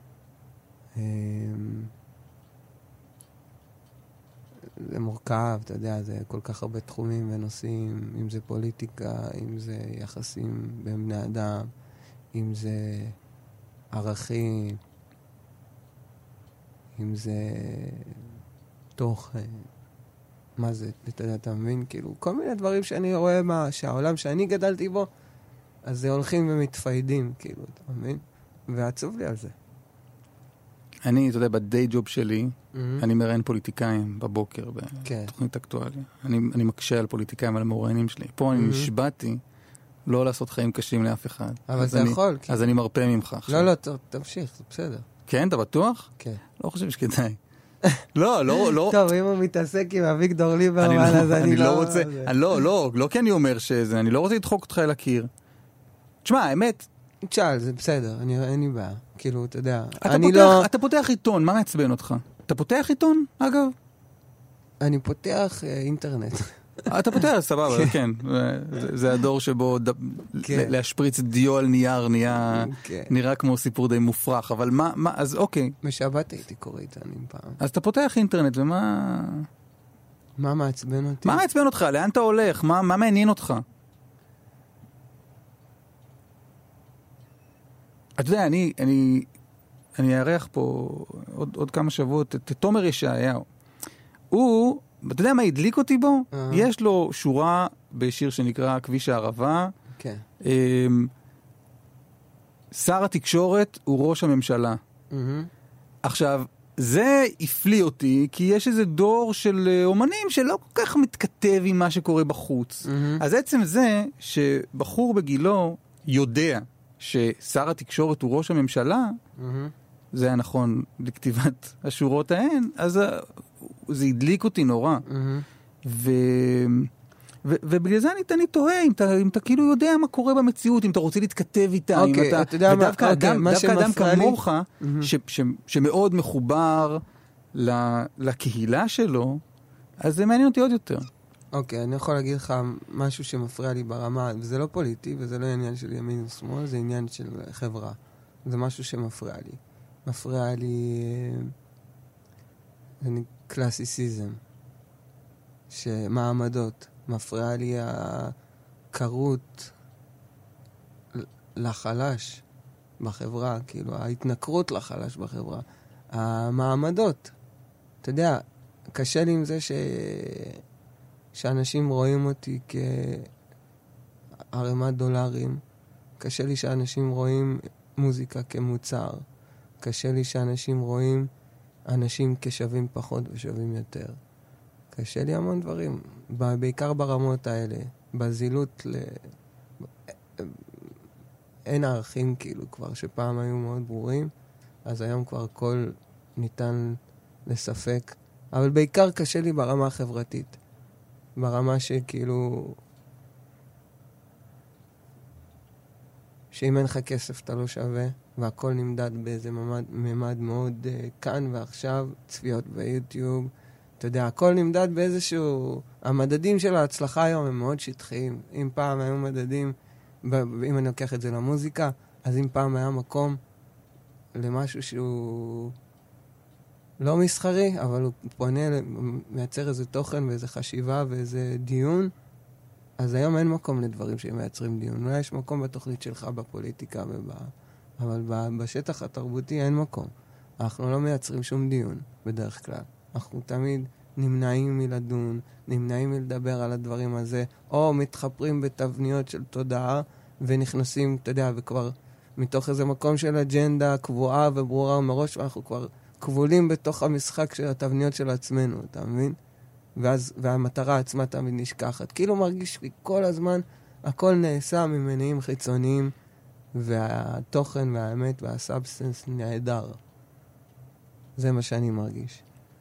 זה מורכב, אתה יודע, זה כל כך הרבה תחומים ונושאים, אם זה פוליטיקה, אם זה יחסים בין בני אדם, אם זה ערכים, אם זה תוכן, מה זה, אתה מבין? כאילו, כל מיני דברים שאני רואה שהעולם שאני גדלתי בו, אז זה הולכים ומתפיידים, כאילו, אתה מבין? ועצוב לי על זה.
אני, אתה יודע, בדיי ג'וב שלי, אני מראיין פוליטיקאים בבוקר, בתוכנית אקטואליה. אני מקשה על פוליטיקאים, על המוראיינים שלי. פה אני נשבעתי לא לעשות חיים קשים לאף אחד.
אבל אתה יכול.
אז אני מרפא ממך עכשיו.
לא, תמשיך, זה בסדר.
כן, אתה בטוח?
כן.
לא חושב שכדאי. לא.
טוב, אם הוא מתעסק עם אביגדור ליברמן, אז אני לא
רוצה. לא כי אני אומר שזה, אני לא רוצה לדחוק אותך אל הקיר. תשמע, האמת...
תשאל, זה בסדר, אין לי בעיה. כאילו, אתה יודע,
אתה פותח עיתון, מה מעצבן אותך? אתה פותח עיתון, אגב?
אני פותח אינטרנט.
אתה פותח, סבבה, כן. זה הדור שבו להשפריץ דיו על נייר נראה כמו סיפור די מופרך, אבל מה, אז אוקיי.
בשבת הייתי קורא עיתונים פעם.
אז אתה פותח אינטרנט, ומה...
מה מעצבן אותי?
מה מעצבן אותך? לאן אתה הולך? מה מעניין אותך? אתה יודע, אני אארח פה עוד כמה שבועות את תומר ישעיהו. הוא, אתה יודע מה הדליק אותי בו? יש לו שורה בשיר שנקרא כביש הערבה.
כן.
שר התקשורת הוא ראש הממשלה. עכשיו, זה הפליא אותי, כי יש איזה דור של אומנים שלא כל כך מתכתב עם מה שקורה בחוץ. אז עצם זה שבחור בגילו יודע ששר התקשורת הוא ראש הממשלה, זה היה נכון לכתיבת השורות ההן, אז זה הדליק אותי נורא. ובגלל זה אני תוהה, אם אתה כאילו יודע מה קורה במציאות, אם אתה רוצה להתכתב איתה,
אוקיי, אתה יודע מה,
ודווקא אדם כמוך,
לי...
שמאוד מחובר לקהילה שלו, אז זה מעניין אותי עוד יותר.
אוקיי, אני יכול להגיד לך משהו שמפריע לי ברמה, וזה לא פוליטי, וזה לא עניין של ימין ושמאל, זה עניין של חברה. זה משהו שמפריע לי. מפריע לי קלאסיסיזם, שמעמדות. מפריע לי הקרות לחלש בחברה, כאילו ההתנכרות לחלש בחברה. המעמדות. אתה יודע, קשה לי עם זה שאנשים רואים אותי כערימת דולרים. קשה לי שאנשים רואים מוזיקה כמוצר. קשה לי שאנשים רואים אנשים כשווים פחות ושווים יותר. קשה לי המון דברים. בעיקר ברמות האלה. בזילות אין ערכים כאילו כבר שפעם היו מאוד ברורים. אז היום כבר הכל ניתן לספק. אבל בעיקר קשה לי ברמה החברתית. ברמה שכאילו... שאם אין לך כסף אתה לא שווה, והכל נמדד באיזה ממד מאוד כאן ועכשיו, צפיות ביוטיוב. אתה יודע, הכל נמדד באיזשהו... המדדים של ההצלחה היום הם מאוד שטחיים. אם פעם היו מדדים, אם אני לוקח את זה למוזיקה, אז אם פעם היה מקום למשהו שהוא... לא מסחרי, אבל הוא פונה, מייצר איזה תוכן ואיזה חשיבה ואיזה דיון, אז היום אין מקום לדברים שהם מייצרים דיון. אולי יש מקום בתוכנית שלך בפוליטיקה, אבל בשטח התרבותי אין מקום. אנחנו לא מייצרים שום דיון, בדרך כלל. אנחנו תמיד נמנעים מלדון, נמנעים מלדבר על הדברים הזה, או מתחפרים בתבניות של תודעה, ונכנסים, אתה יודע, וכבר מתוך איזה מקום של אג'נדה קבועה וברורה מראש, ואנחנו כבר... כבולים בתוך המשחק של התבניות של עצמנו, אתה מבין? והמטרה עצמה תמיד נשכחת. כאילו מרגיש לי כל הזמן, הכל נעשה ממניעים חיצוניים, והתוכן והאמת והסאבסטנס נהדר. זה מה שאני מרגיש.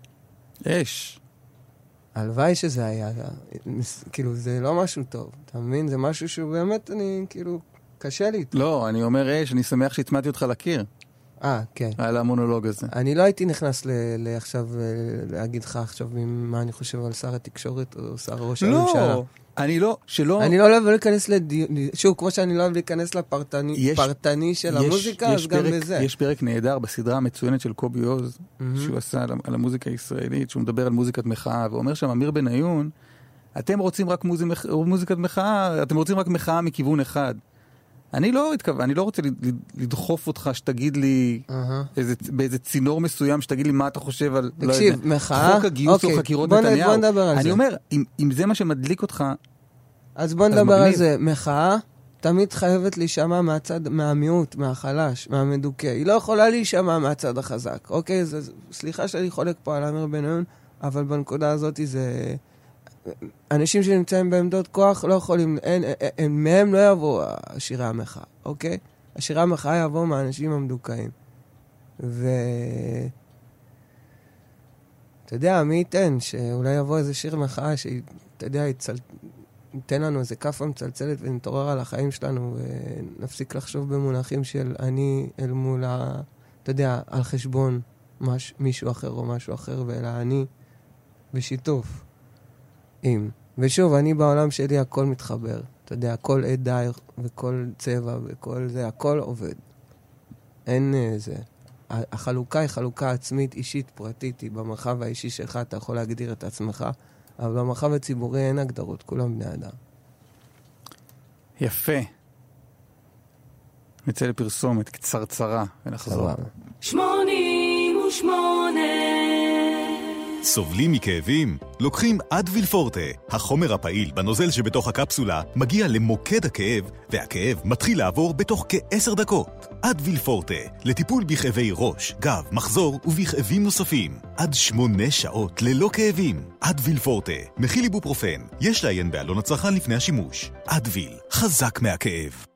הלוואי שזה היה, כאילו זה לא משהו טוב, אתה מבין? זה משהו שהוא באמת, אני כאילו, קשה לי.
לא, אני אומר אני שמח שהצמדתי אותך לקיר.
כן.
על המונולוג הזה.
אני לא הייתי נכנס עכשיו, להגיד לך עכשיו מה אני חושב על שר התקשורת או שר ראש הממשלה.
לא, אני לא
אוהב להיכנס לדיון, שוב, כמו שאני לא אוהב להיכנס לפרטני של המוזיקה, אז גם בזה.
יש פרק נהדר בסדרה המצוינת של קובי עוז, שהוא עשה על המוזיקה הישראלית, שהוא מדבר על מוזיקת מחאה, ואומר שם אמיר בניון, אתם רוצים רק מוזיקת מחאה, אתם רוצים רק מחאה מכיוון אחד. אני לא רוצה לדחוף אותך שתגיד לי באיזה צינור מסוים, שתגיד לי מה אתה חושב על
תקשיב, מחאה,
חוק הגיוס או חקירות נתניהו.
בוא נדבר על זה.
אני אומר, אם זה מה שמדליק אותך,
אז בוא נדבר על זה. מחאה תמיד חייבת להישמע מהצד, מהמיעוט, מהחלש, מהמדוכא. היא לא יכולה להישמע מהצד החזק. אוקיי, סליחה שאני חולק פה על אמיר בניון, אבל בנקודה הזאת זה... אנשים שנמצאים בעמדות כוח לא יכולים, מהם לא יבוא השירי המחאה, אוקיי? השירי המחאה יבוא מהאנשים המדוכאים. אתה יודע, מי ייתן שאולי יבוא איזה שיר מחאה שאתה יודע, ייתן לנו איזה כפה מצלצלת ונתעורר על החיים שלנו ונפסיק לחשוב במונחים של אני אל מול, אתה יודע, על חשבון מישהו אחר או משהו אחר, ואלא אני בשיתוף. ושוב, אני בעולם שלי הכל מתחבר. אתה יודע, הכל עדה וכל צבע וכל זה, הכל עובד. אין זה. החלוקה היא חלוקה עצמית, אישית, פרטית. היא במרחב האישי שלך, אתה יכול להגדיר את עצמך, אבל במרחב הציבורי אין הגדרות, כולם בני אדם.
יפה. נצא לפרסומת, קצרצרה, ונחזור.
88 סובלים מכאבים? לוקחים אדוויל פורטה. החומר הפעיל בנוזל שבתוך הקפסולה מגיע למוקד הכאב, והכאב מתחיל לעבור בתוך כ10 דקות. אדוויל פורטה, לטיפול בכאבי ראש, גב, מחזור ובכאבים נוספים. עד 8 שעות ללא כאבים. אדוויל פורטה, מכיל איבופרופן. יש לעיין בעלון הצרכן לפני השימוש. אדוויל, חזק מהכאב.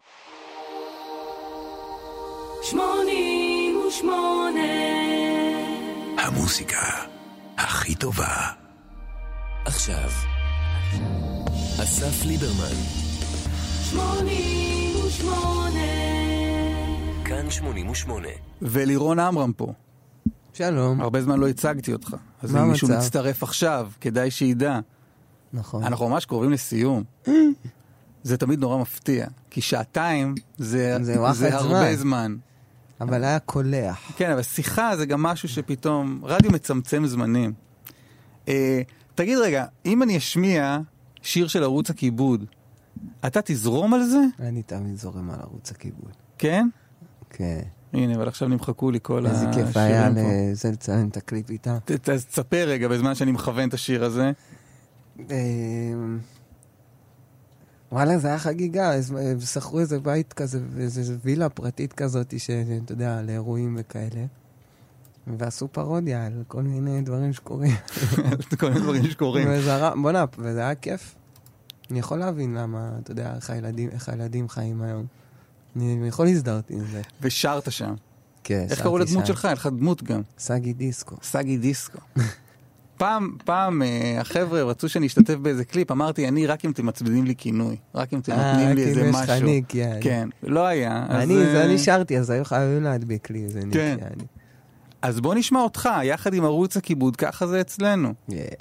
88 המוזיקה הכי טובה עכשיו.
אסף ליברמן.
88
כאן 88.
ולירון עמרם פה.
שלום.
הרבה זמן לא הצגתי אותך. אז
מה
אם מישהו
המצב?
מצטרף עכשיו, כדאי שידע.
נכון.
אנחנו ממש קרובים לסיום. זה תמיד נורא מפתיע. כי שעתיים זה הרבה זמן.
אבל היה קולח.
כן, אבל שיחה זה גם משהו שפתאום... רדיו מצמצם זמנים. תגיד רגע, אם אני אשמיע שיר של ערוץ הכיבוד, אתה תזרום על זה?
אני תמיד זורם על ערוץ הכיבוד.
כן?
כן.
הנה, אבל עכשיו נמחקו לי כל השירים פה.
איזה כיף היה לזה לצלם את הקליפ איתה.
אז תספר רגע בזמן שאני מכוון את השיר הזה.
וואלה, זה היה חגיגה. שכרו איזה בית כזה, איזה וילה פרטית כזאת, שאתה יודע, לאירועים וכאלה. ועשו פרודיה על כל מיני דברים שקורים.
כל מיני דברים שקורים.
בוא'נה, וזה היה כיף. אני יכול להבין למה, אתה יודע, איך הילדים חיים היום. אני יכול להזדהות עם זה.
ושרת שם.
כן,
איך קראו לדמות שלך? אין לך דמות גם.
סגי דיסקו.
סגי דיסקו. פעם החבר'ה רצו שאני אשתתף באיזה קליפ, אמרתי, אני רק אם אתם מצבידים לי כינוי. רק אם אתם נותנים לי איזה משהו.
חניק,
כן, לא היה.
אני שרתי, אז היו חייבים להדביק לי איזה ניק.
כן. אז בוא נשמע אותך, יחד עם ערוץ הכיבוד, ככה זה אצלנו.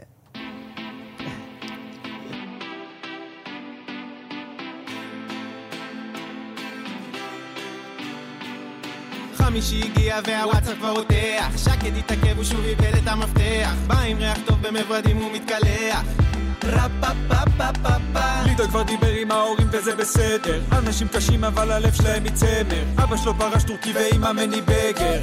חמישי הגיע והוואטסאפ כבר רותח, שקט התעכב ושוב איבד את המפתח, בא עם ריח טוב במברדים ומתקלח.
לידו כבר דיבר עם ההורים וזה בסדר, אנשים קשים אבל הלב שלהם מצמר, אבא שלו פרש טורקי ואמא מני בגר.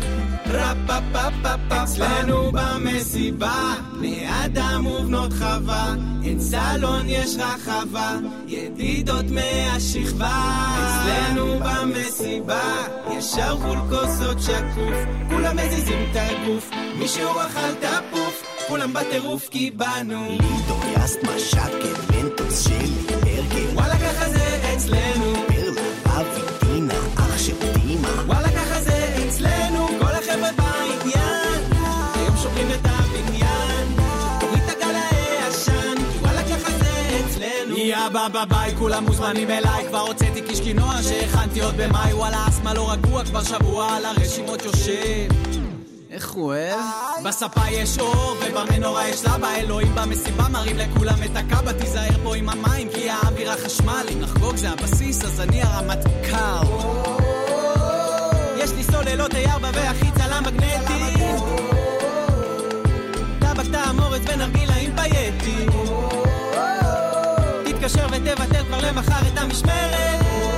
אצלנו במסיבה בני אדם ובנות חווה, אין סלון יש רחבה, ידידות מהשכבה. אצלנו במסיבה יש ערבול כוסות שקוף, כולם מזיזים את הגוף, מישהו אכל תפוף, כולם בטירוף כי באנו
לידו יסטמה שקט מנטוס שלי ברגל,
וואלה ככה זה אצלנו,
פרלה אבי דינה אח של דימה,
וואלה ככה זה אצלנו, כל החבר'ה בעניין היום שומרים את הבניין, תוריד את הגל הישן, וואלה ככה זה אצלנו. יא בא ביי, כולם מוזמנים אליי, כבר הוצאתי קישקינוע שהכנתי עוד במאי, וואלה אסמה לא רגוע כבר שבוע על הרשימות יושב.
איך הוא אוהב?
בספה יש אור ובמנורה יש לבה, אלוהים במסיבה מרים לכולם את הקאבה, תיזהר פה עם המים כי האוויר החשמל, אם נחגוג זה הבסיס אז אני הרמטכ"ל. יש לי סוללות A4 והחיץ על המגנטי, טבק תעמורת ונרגילה עם פייטי, תתקשר ותבטל כבר למחר את המשמרת,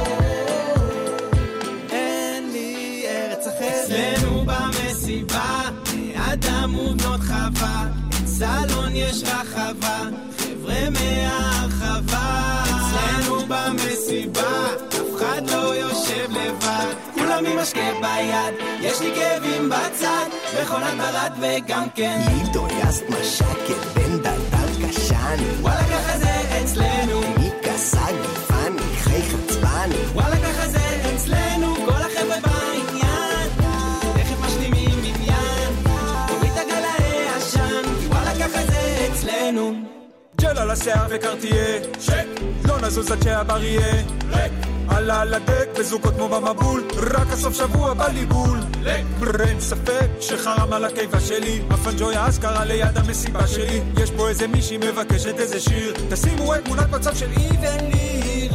אין לי ארץ אחרת. אצלנו במסיבה אדם ובנות חווה, סלון יש רחבה, חבר'ה מהרחבה. אצלנו במסיבה אף אחד לא יושב לבד, כולם עם משקה ביד, יש לי כאבים בצד, מכונת ברד וגם כן
לידו יסטמה שקט בן דלדל קשני,
וואלה ככה זה אצלנו,
מיקה סגי פני חי חצבני,
וואלה ככה זה אצלנו, כל החבר'ה בעניין תכף משלימים עניין, תוריד את הגל הישן כי וואלה ככה זה אצלנו.
ג'ל על השיער וקרטייה שק, לא נזוז עד שהבר יהיה ריק, עלה על הדק בזוגות כמו במבול, רק הסוף שבוע בליבול אין ספק שחרם על הקיבה שלי, הפנג'ויה אז קרה ליד המסיבה שלי, יש פה איזה מישהי מבקשת איזה שיר, תשימו את תמונת מצב של איבן ליר.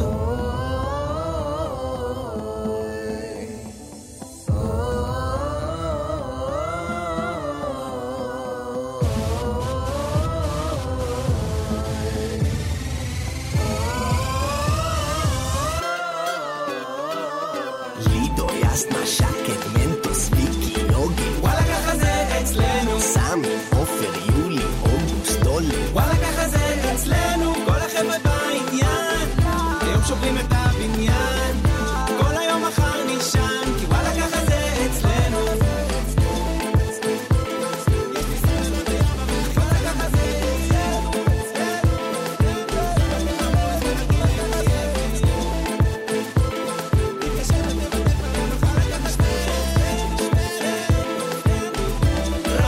יסטמה שקט מנטוס ויקי יוגי,
וואלה ככה זה אצלנו,
סמי עופר יולי אוגוסט דולי,
וואלה ככה זה אצלנו, כל החבר'ה בעניין היום שוברים את הבניין, כל היום מחר נשען כי וואלה ככה זה אצלנו.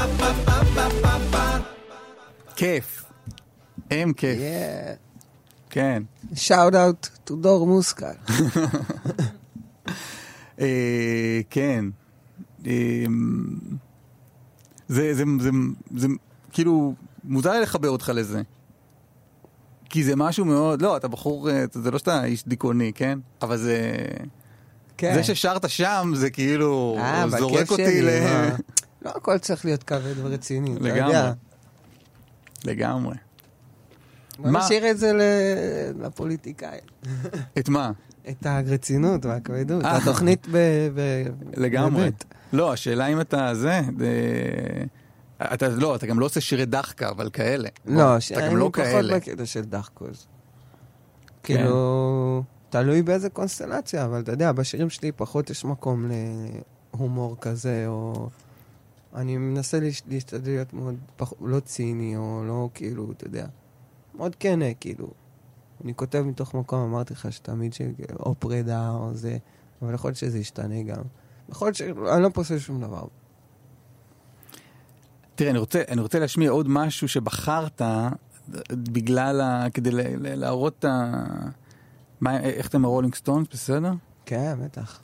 כיף. כיף. כן.
שאוט אאוט טו דור מוסקל.
כן. זה כאילו מוזר לי לחבר אותך לזה. כי זה משהו מאוד, לא, אתה בחור, זה לא שאתה איש דיכאוני, כן? אבל זה...
כן.
זה ששרת שם, זה כאילו זורק אותי
שלי, לא הכל צריך להיות כבד ורציני, אתה יודע.
לגמרי.
בוא נשאיר את זה לפוליטיקאים.
את מה?
את הרצינות והכבדות, התוכנית
לגמרי. לא, השאלה אם אתה זה... אתה גם לא עושה שירי דחקה, אבל כאלה.
לא, אני פחות בקטע של דחקות. כאילו, תלוי באיזה קונסטלציה, אבל אתה יודע, בשירים שלי פחות יש מקום להומור כזה, או... אני מנסה להשתדל להיות מאוד לא ציני, או לא כאילו, אתה יודע, מאוד כנה, כאילו. אני כותב מתוך מקום, אמרתי לך שתמיד או פרידה, או זה, אבל יכול להיות שזה ישתנה גם. יכול להיות שאני לא פוסל שום דבר.
תראה, אני רוצה להשמיע עוד משהו שבחרת בגלל, כדי להראות איך אתם הרולינג סטונס, בסדר?
כן, בטח.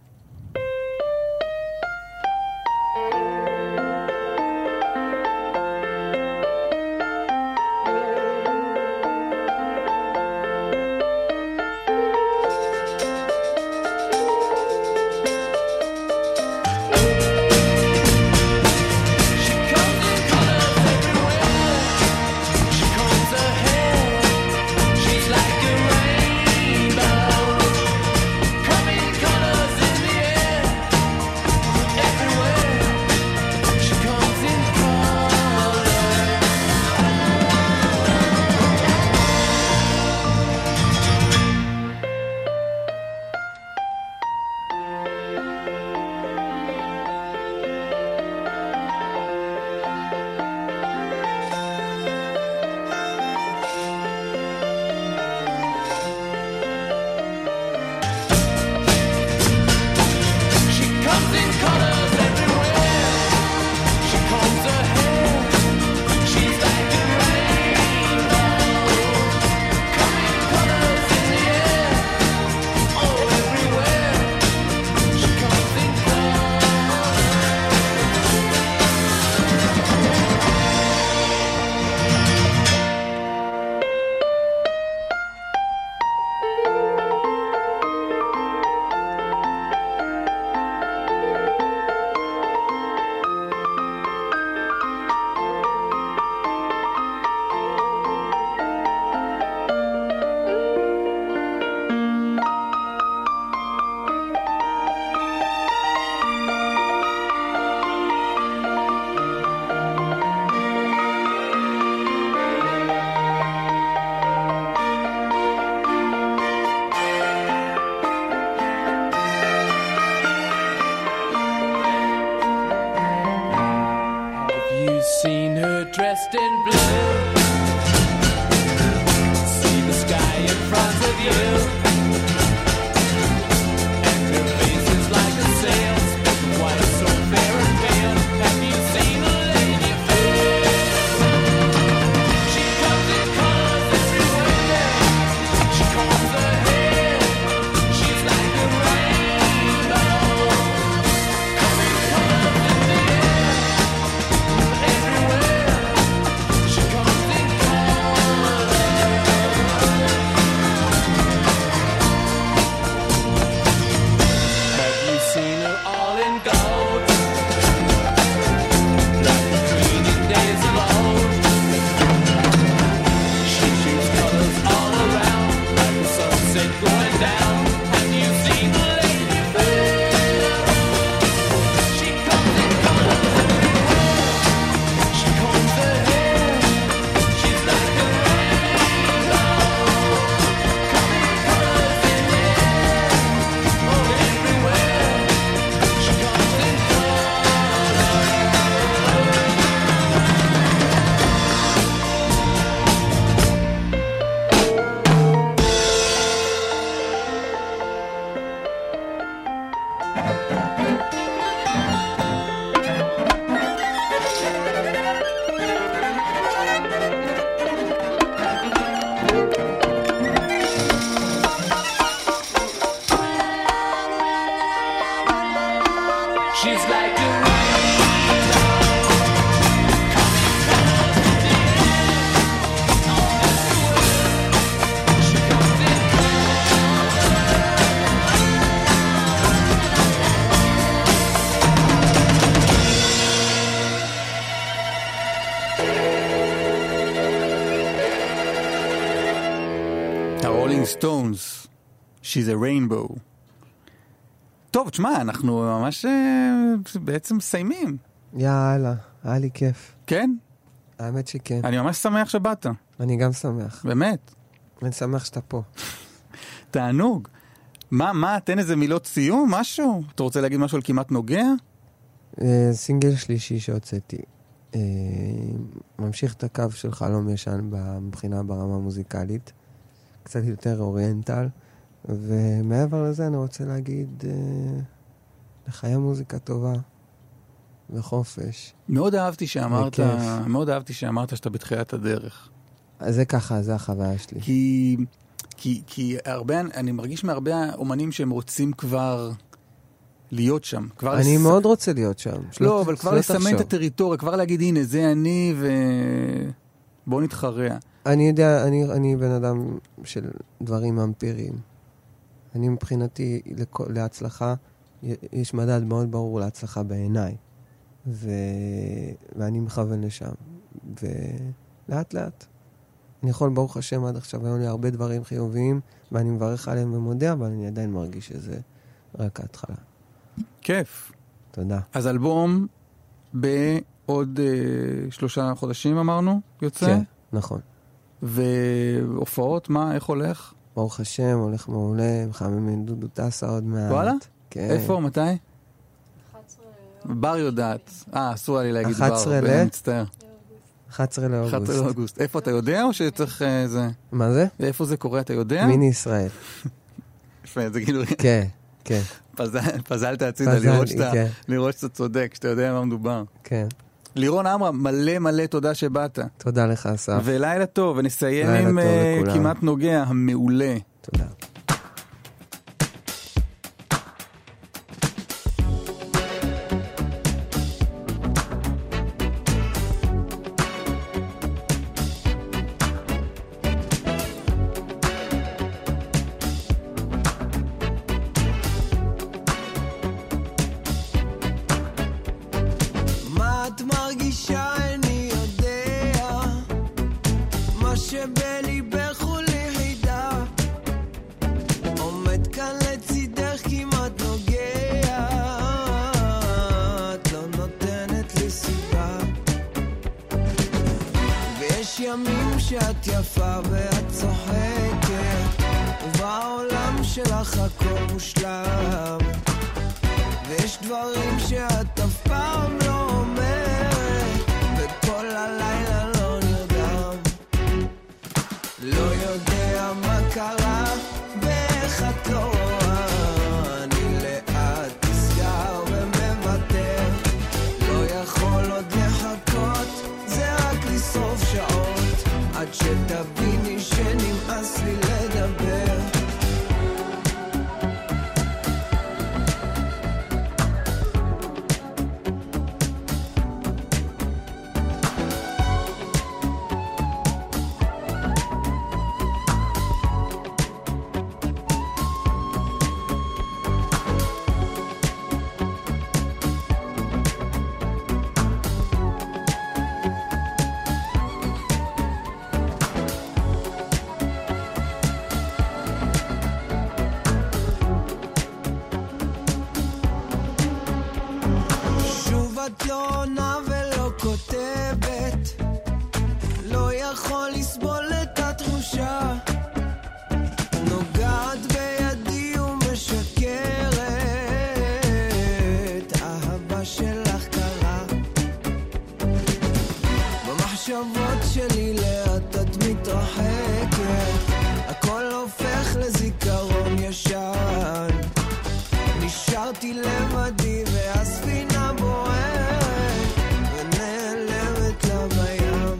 dressed in blue. See the sky in front of you. And her face is like a sail, spoken white, so fair and pale. Have you seen a lady fair? She comes in colors everywhere. She combs her hair. She's like a rainbow. Coming colors in the air. Everywhere. She comes in colors. Have you seen her all in gold? Like the queen in days of old. She shoots colors all around, like the sunset going down. Have you seen the lady fair? She comes in colors everywhere. She combs her hair. She's like a rainbow. Coming colors in the air. Oh, everywhere. She comes in colors. She's like the rain.
הרולינג סטונס, She's a Rainbow. טוב, תשמע, אנחנו ממש בעצם מסיימים.
יאללה, היה לי כיף.
כן?
האמת שכן.
אני ממש שמח שבאת.
אני גם שמח.
באמת.
אני שמח שאתה פה.
תענוג. מה, תן איזה מילות סיום, משהו? אתה רוצה להגיד משהו על כמעט נוגע?
סינגל שלישי שהוצאתי. ממשיך את הקו של חלום ישן מבחינה ברמה מוזיקלית. קצת יותר אוריינטל. ומעבר לזה אני רוצה להגיד לחיי מוזיקה טובה וחופש.
מאוד אהבתי שאמרת שאתה בתחילת הדרך.
אז זה ככה, זה החוויה שלי.
כי הרבה, אני מרגיש מהרבה אומנים שהם רוצים כבר להיות שם.
אני מאוד רוצה להיות שם.
לא, אבל כבר לסמן את הטריטוריה, כבר להגיד, הנה, זה אני ובואו נתחרע.
אני יודע, אני בן אדם של דברים אמפיריים. אני מבחינתי להצלחה, יש מדד מאוד ברור להצלחה בעיניי. ואני מכוון לשם. ולאט לאט. אני יכול, ברוך השם, עד עכשיו היו לי הרבה דברים חיוביים, ואני מברך עליהם ומודה, אבל אני עדיין מרגיש שזה רק ההתחלה.
כיף.
תודה.
אז אלבום בעוד 3 חודשים אמרנו, יוצא?
כן, נכון.
והופעות, מה, איך הולך?
ברוך השם, הולך מעולה, מחמם דודו טסה עוד מעט.
וואלה?
כן.
איפה, מתי?
11
בר יודעת. אסור לי להגיד בר.
11
אני מצטער.
11 לאוגוסט.
11 לאוגוסט. איפה אתה יודע או שצריך זה?
מה זה?
איפה זה קורה, אתה יודע?
מיני ישראל.
יפה, זה כאילו...
כן, כן.
פזלת הצידה, לראות שאתה צודק, שאתה יודע מה מדובר.
כן.
לירון עמרם, מלא מלא תודה שבאת.
תודה לך, אסף.
ולילה טוב, ונסיים עם כמעט נוגע, המעולה.
תודה.
שאת יפה ואת צוחקת, ובעולם שלך הכל מושלם, ויש דברים שאת אף פעם לא אומרת, וכל הלילה לא נרדם. לא יודע מה קרה ואיך את לא רואה, אני לאט נסגר ומוותר, לא יכול עוד לחכות, זה רק לשרוף שעות עד שתביני שנמאס לי לדבר. את לא עונה ולא כותבת, לא יכול לסבול את התחושה, נוגעת בידי ומשקרת, אהבה שלך קרה, במחשבות שלי לאט את מתרחקת, הכל הופך לזיכרון ישן, נשארתי לבדי והספינה בוערת ונעלמת לה בים,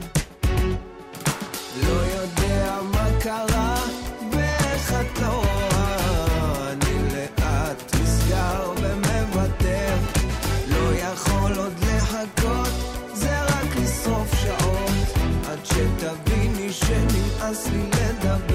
לא יודע מה קרה ואיך את לא רואה, אני לאט נסגר ומוותר, לדבר